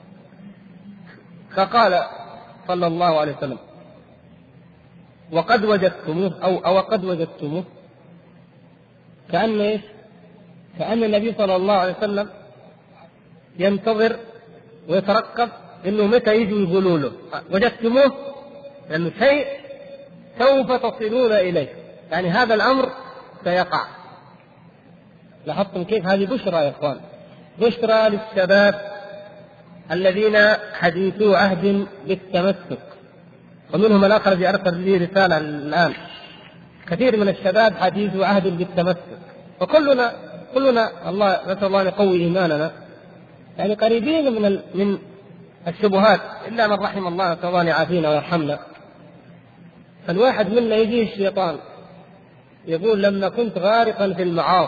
فقال صلى الله عليه وسلم: وقد وجدتموه أو أو قد وجدتموه، كأن إيش؟ كأن النبي صلى الله عليه وسلم ينتظر ويترقب إنه متى يجوا يقولوا له وجدتموه، لأنه شيء سوف تصلون إليه، يعني هذا الأمر سيقع. لاحظتم كيف هذه بشرى يا إخوان، بشرى للشباب الذين حديثو عهد بالتمسك، ومنهم الآخر الذي أرسل لي رسالة الآن، كثير من الشباب حديثو عهد بالتمسك، وكلنا كلنا الله نسأل الله أن يقوي إيماننا، يعني قريبين من من الشبهات إلا من رحم الله، نسأل الله أن يعافينا ويرحمنا. فالواحد منا يجي الشيطان يقول لما كنت غارقا في المعاصي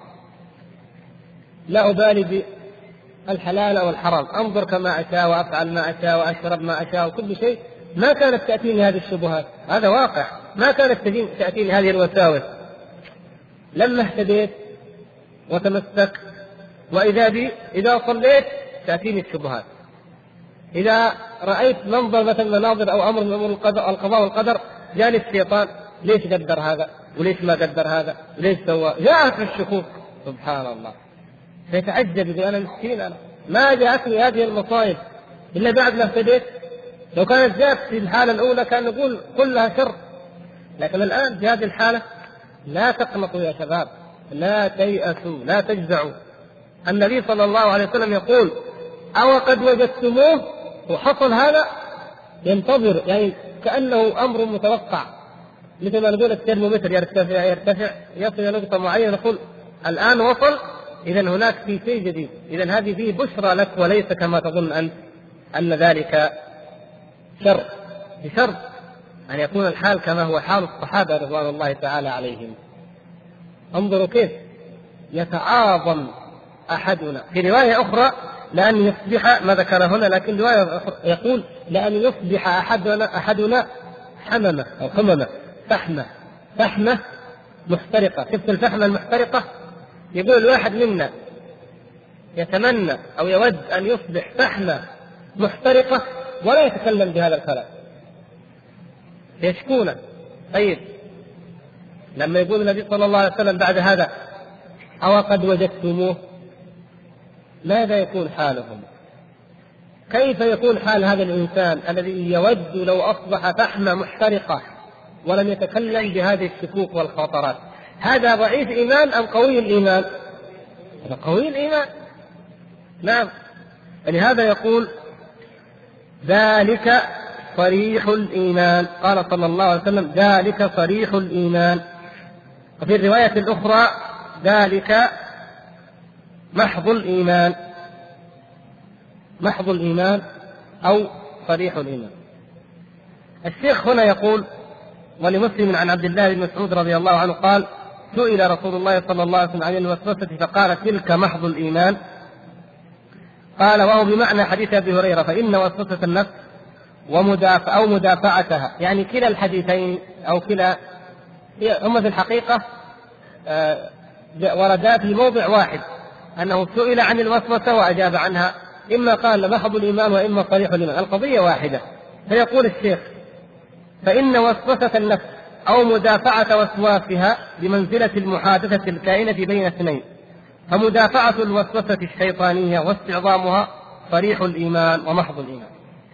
لا أبالي بالحلال والحرام، أنظر كما أشاء وأفعل ما أشاء وأشرب ما أشاء وكل شيء، ما كانت تأتيني هذه الشبهات، هذا واقع، ما كانت تأتيني هذه الوساوس. لما اهتديت وتمسكت وإذا بي إذا صليت تأتيني الشبهات، إذا رأيت منظر مثلا مناظر أو أمر من أمور القضاء والقدر جاني الشيطان، ليش قدر هذا وليش ما قدر هذا وليش سوى، جاءت الشكوك. سبحان الله، فيتعجب يقول أنا مسكين، أنا ما جاءتني هذه المصائب إلا بعد ما اهتديت. لو كانت جاءت في الحالة الأولى كان نقول كلها شر، لكن الآن في هذه الحالة لا تقنطوا يا شباب، لا تيأسوا، لا تجزعوا. النبي صلى الله عليه وسلم يقول أو قد وجدتموه، وحصل هذا ينتظر، يعني كأنه أمر متوقع، مثل ما نقول الترمومتر يرتفع يرتفع يصل إلى نقطة معينة، نقول الآن وصل، إذن هناك في شيء جديد، إذن هذه فيه بشرى لك وليس كما تظن أنت أن ذلك شر، بشرط أن يكون الحال كما هو حال الصحابة رضوان الله تعالى عليهم. انظروا كيف يتعاظم أحدنا، في رواية أخرى لأن يصبح، ما ذكر هنا لكن رواية أخرى يقول لأن يصبح أحدنا أحدنا حممة أو حممة فحمة فحمة محترقة. شفت الفحمة المحترقة؟ يقول الواحد منا يتمنى أو يود أن يصبح فحمة محترقة ولا يتكلم بهذا الكلام، يشكونه. طيب لما يقول النبي صلى الله عليه وسلم بعد هذا أو قد وجدتموه، ماذا يكون حالهم؟ كيف يكون حال هذا الإنسان الذي يود لو أصبح فحمة محترقة ولم يتكلم بهذه الشكوك والخطرات؟ هذا ضعيف إيمان أم قوي الإيمان؟ هذا قوي الإيمان، نعم. لهذا يقول ذلك صريح الإيمان، قال صلى الله عليه وسلم ذلك صريح الإيمان. وفي الرواية الأخرى ذلك محض الإيمان، محض الإيمان أو صريح الإيمان. الشيخ هنا يقول ولمسلم عن عبد الله بن مسعود رضي الله عنه قال سئل رسول الله صلى الله عليه وسلم عن الوسوسة فقال تلك محض الإيمان، قال وهو بمعنى حديث أبي هريرة فإن وسوسة النفس ومدافع أو مدافعتها، يعني كلا الحديثين أو كلا هم في الحقيقة وردا في موضع واحد، أنه سئل عن الوسوسة وأجاب عنها، إما قال محض الإيمان وإما صريح الإيمان، القضية واحدة. فيقول الشيخ فإن وسوسة النفس أو مدافعة وسواسها بمنزلة المحادثة الكائنة بين اثنين، فمدافعة الوسوسة الشيطانية واستعظامها صريح الإيمان ومحض الإيمان.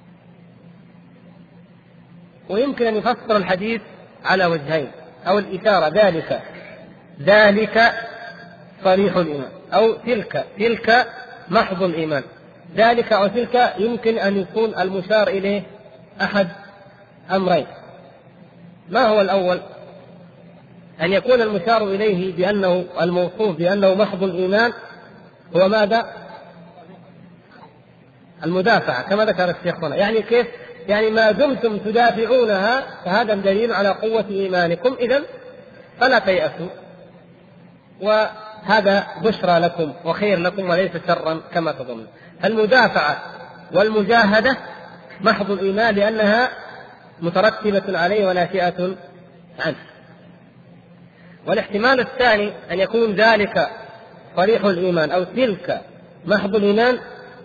ويمكن أن يفسر الحديث على وجهين، أو الإشارة ذلك ذلك صريح الإيمان، أو تلك تلك محض الإيمان. ذلك أو تلك يمكن أن يكون المشار إليه أحد أمرين. ما هو الأول؟ أن يكون المشار إليه بأنه الموصوف بأنه محض الإيمان هو ماذا؟ المدافعة كما ذكر الشيخ هنا. يعني كيف؟ يعني ما دمتم تدافعونها فهذا دليل على قوة إيمانكم، إذن فلا تيأسوا، وهذا بشرى لكم وخير لكم وليس شرا كما تظنون. المدافعة والمجاهدة محض الإيمان لأنها مترتبة عليه وناشئة عنه. والاحتمال الثاني أن يكون ذلك صريح الإيمان أو تلك محض الإيمان،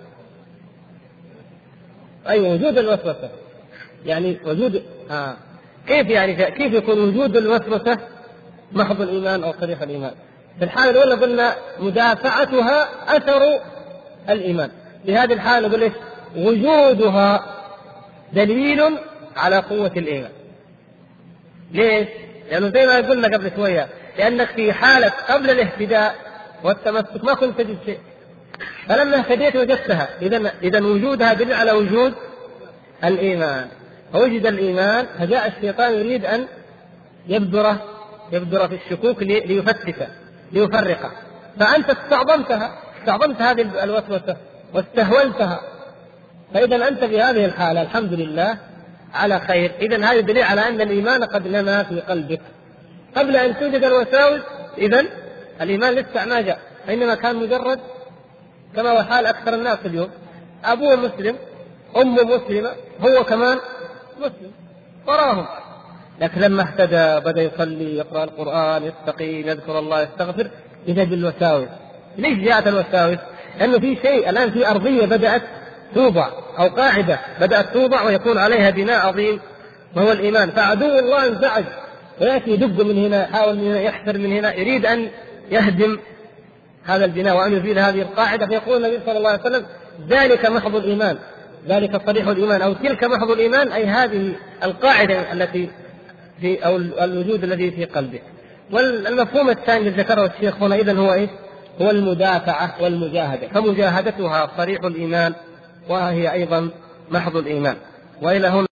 أي وجود الوسوسة، يعني وجود آه. كيف يعني كيف يكون وجود الوسوسة محض الإيمان أو صريح الإيمان؟ في الحالة الأولى قلنا مدافعتها أثر الإيمان، في هذه الحالة نقول إيش؟ وجودها دليل على قوة الإيمان. ليش؟ لأنه زي ما قلنا قبل شوية، لأنك في حالة قبل الاهتداء والتمسك ما كنت تجد شيء، فلما اهتديت وجدتها، إذن إذن وجودها دليل على وجود الإيمان. فوجد الإيمان فجاء الشيطان يريد أن يبدر يبدر في الشكوك ليفتك ليفرقه، فأنت استعظمتها استعظمت هذه الوسوسة واستهولتها، فإذا أنت في هذه الحالة الحمد لله على خير. إذن هذا دليل على أن الإيمان قد نما في قلبك قبل أن توجد الوساوس. إذن الإيمان لسه ما جاء، إنما كان مجرد كما هو حال أكثر الناس اليوم، أبوه مسلم أمه مسلمة هو كمان مسلم وراهم، لكن لما اهتدى بدأ يصلي يقرأ القرآن يستقيم يذكر الله يستغفر يجد الوساوس. ليش جاءت الوساوس؟ لأنه في شيء الآن في أرضية بدأت توضع أو قاعدة بدأت توضع ويكون عليها بناء عظيم وهو الإيمان، فعدو الله انزعج ويأتي يدق من هنا يحاول من هنا يحفر من هنا يريد أن يهدم هذا البناء وأن يزيل هذه القاعدة. فيقول النبي صلى الله عليه وسلم ذلك محض الإيمان، ذلك صريح الإيمان، أو تلك محض الإيمان، أي هذه القاعدة التي في أو الوجود الذي في قلبك. والمفهوم الثاني الذي ذكره الشيخ هنا إذن هو إيه؟ هو المدافعة والمجاهدة، فمجاهدتها صريح الإيمان وهي أيضا محض الإيمان. وإلى هنا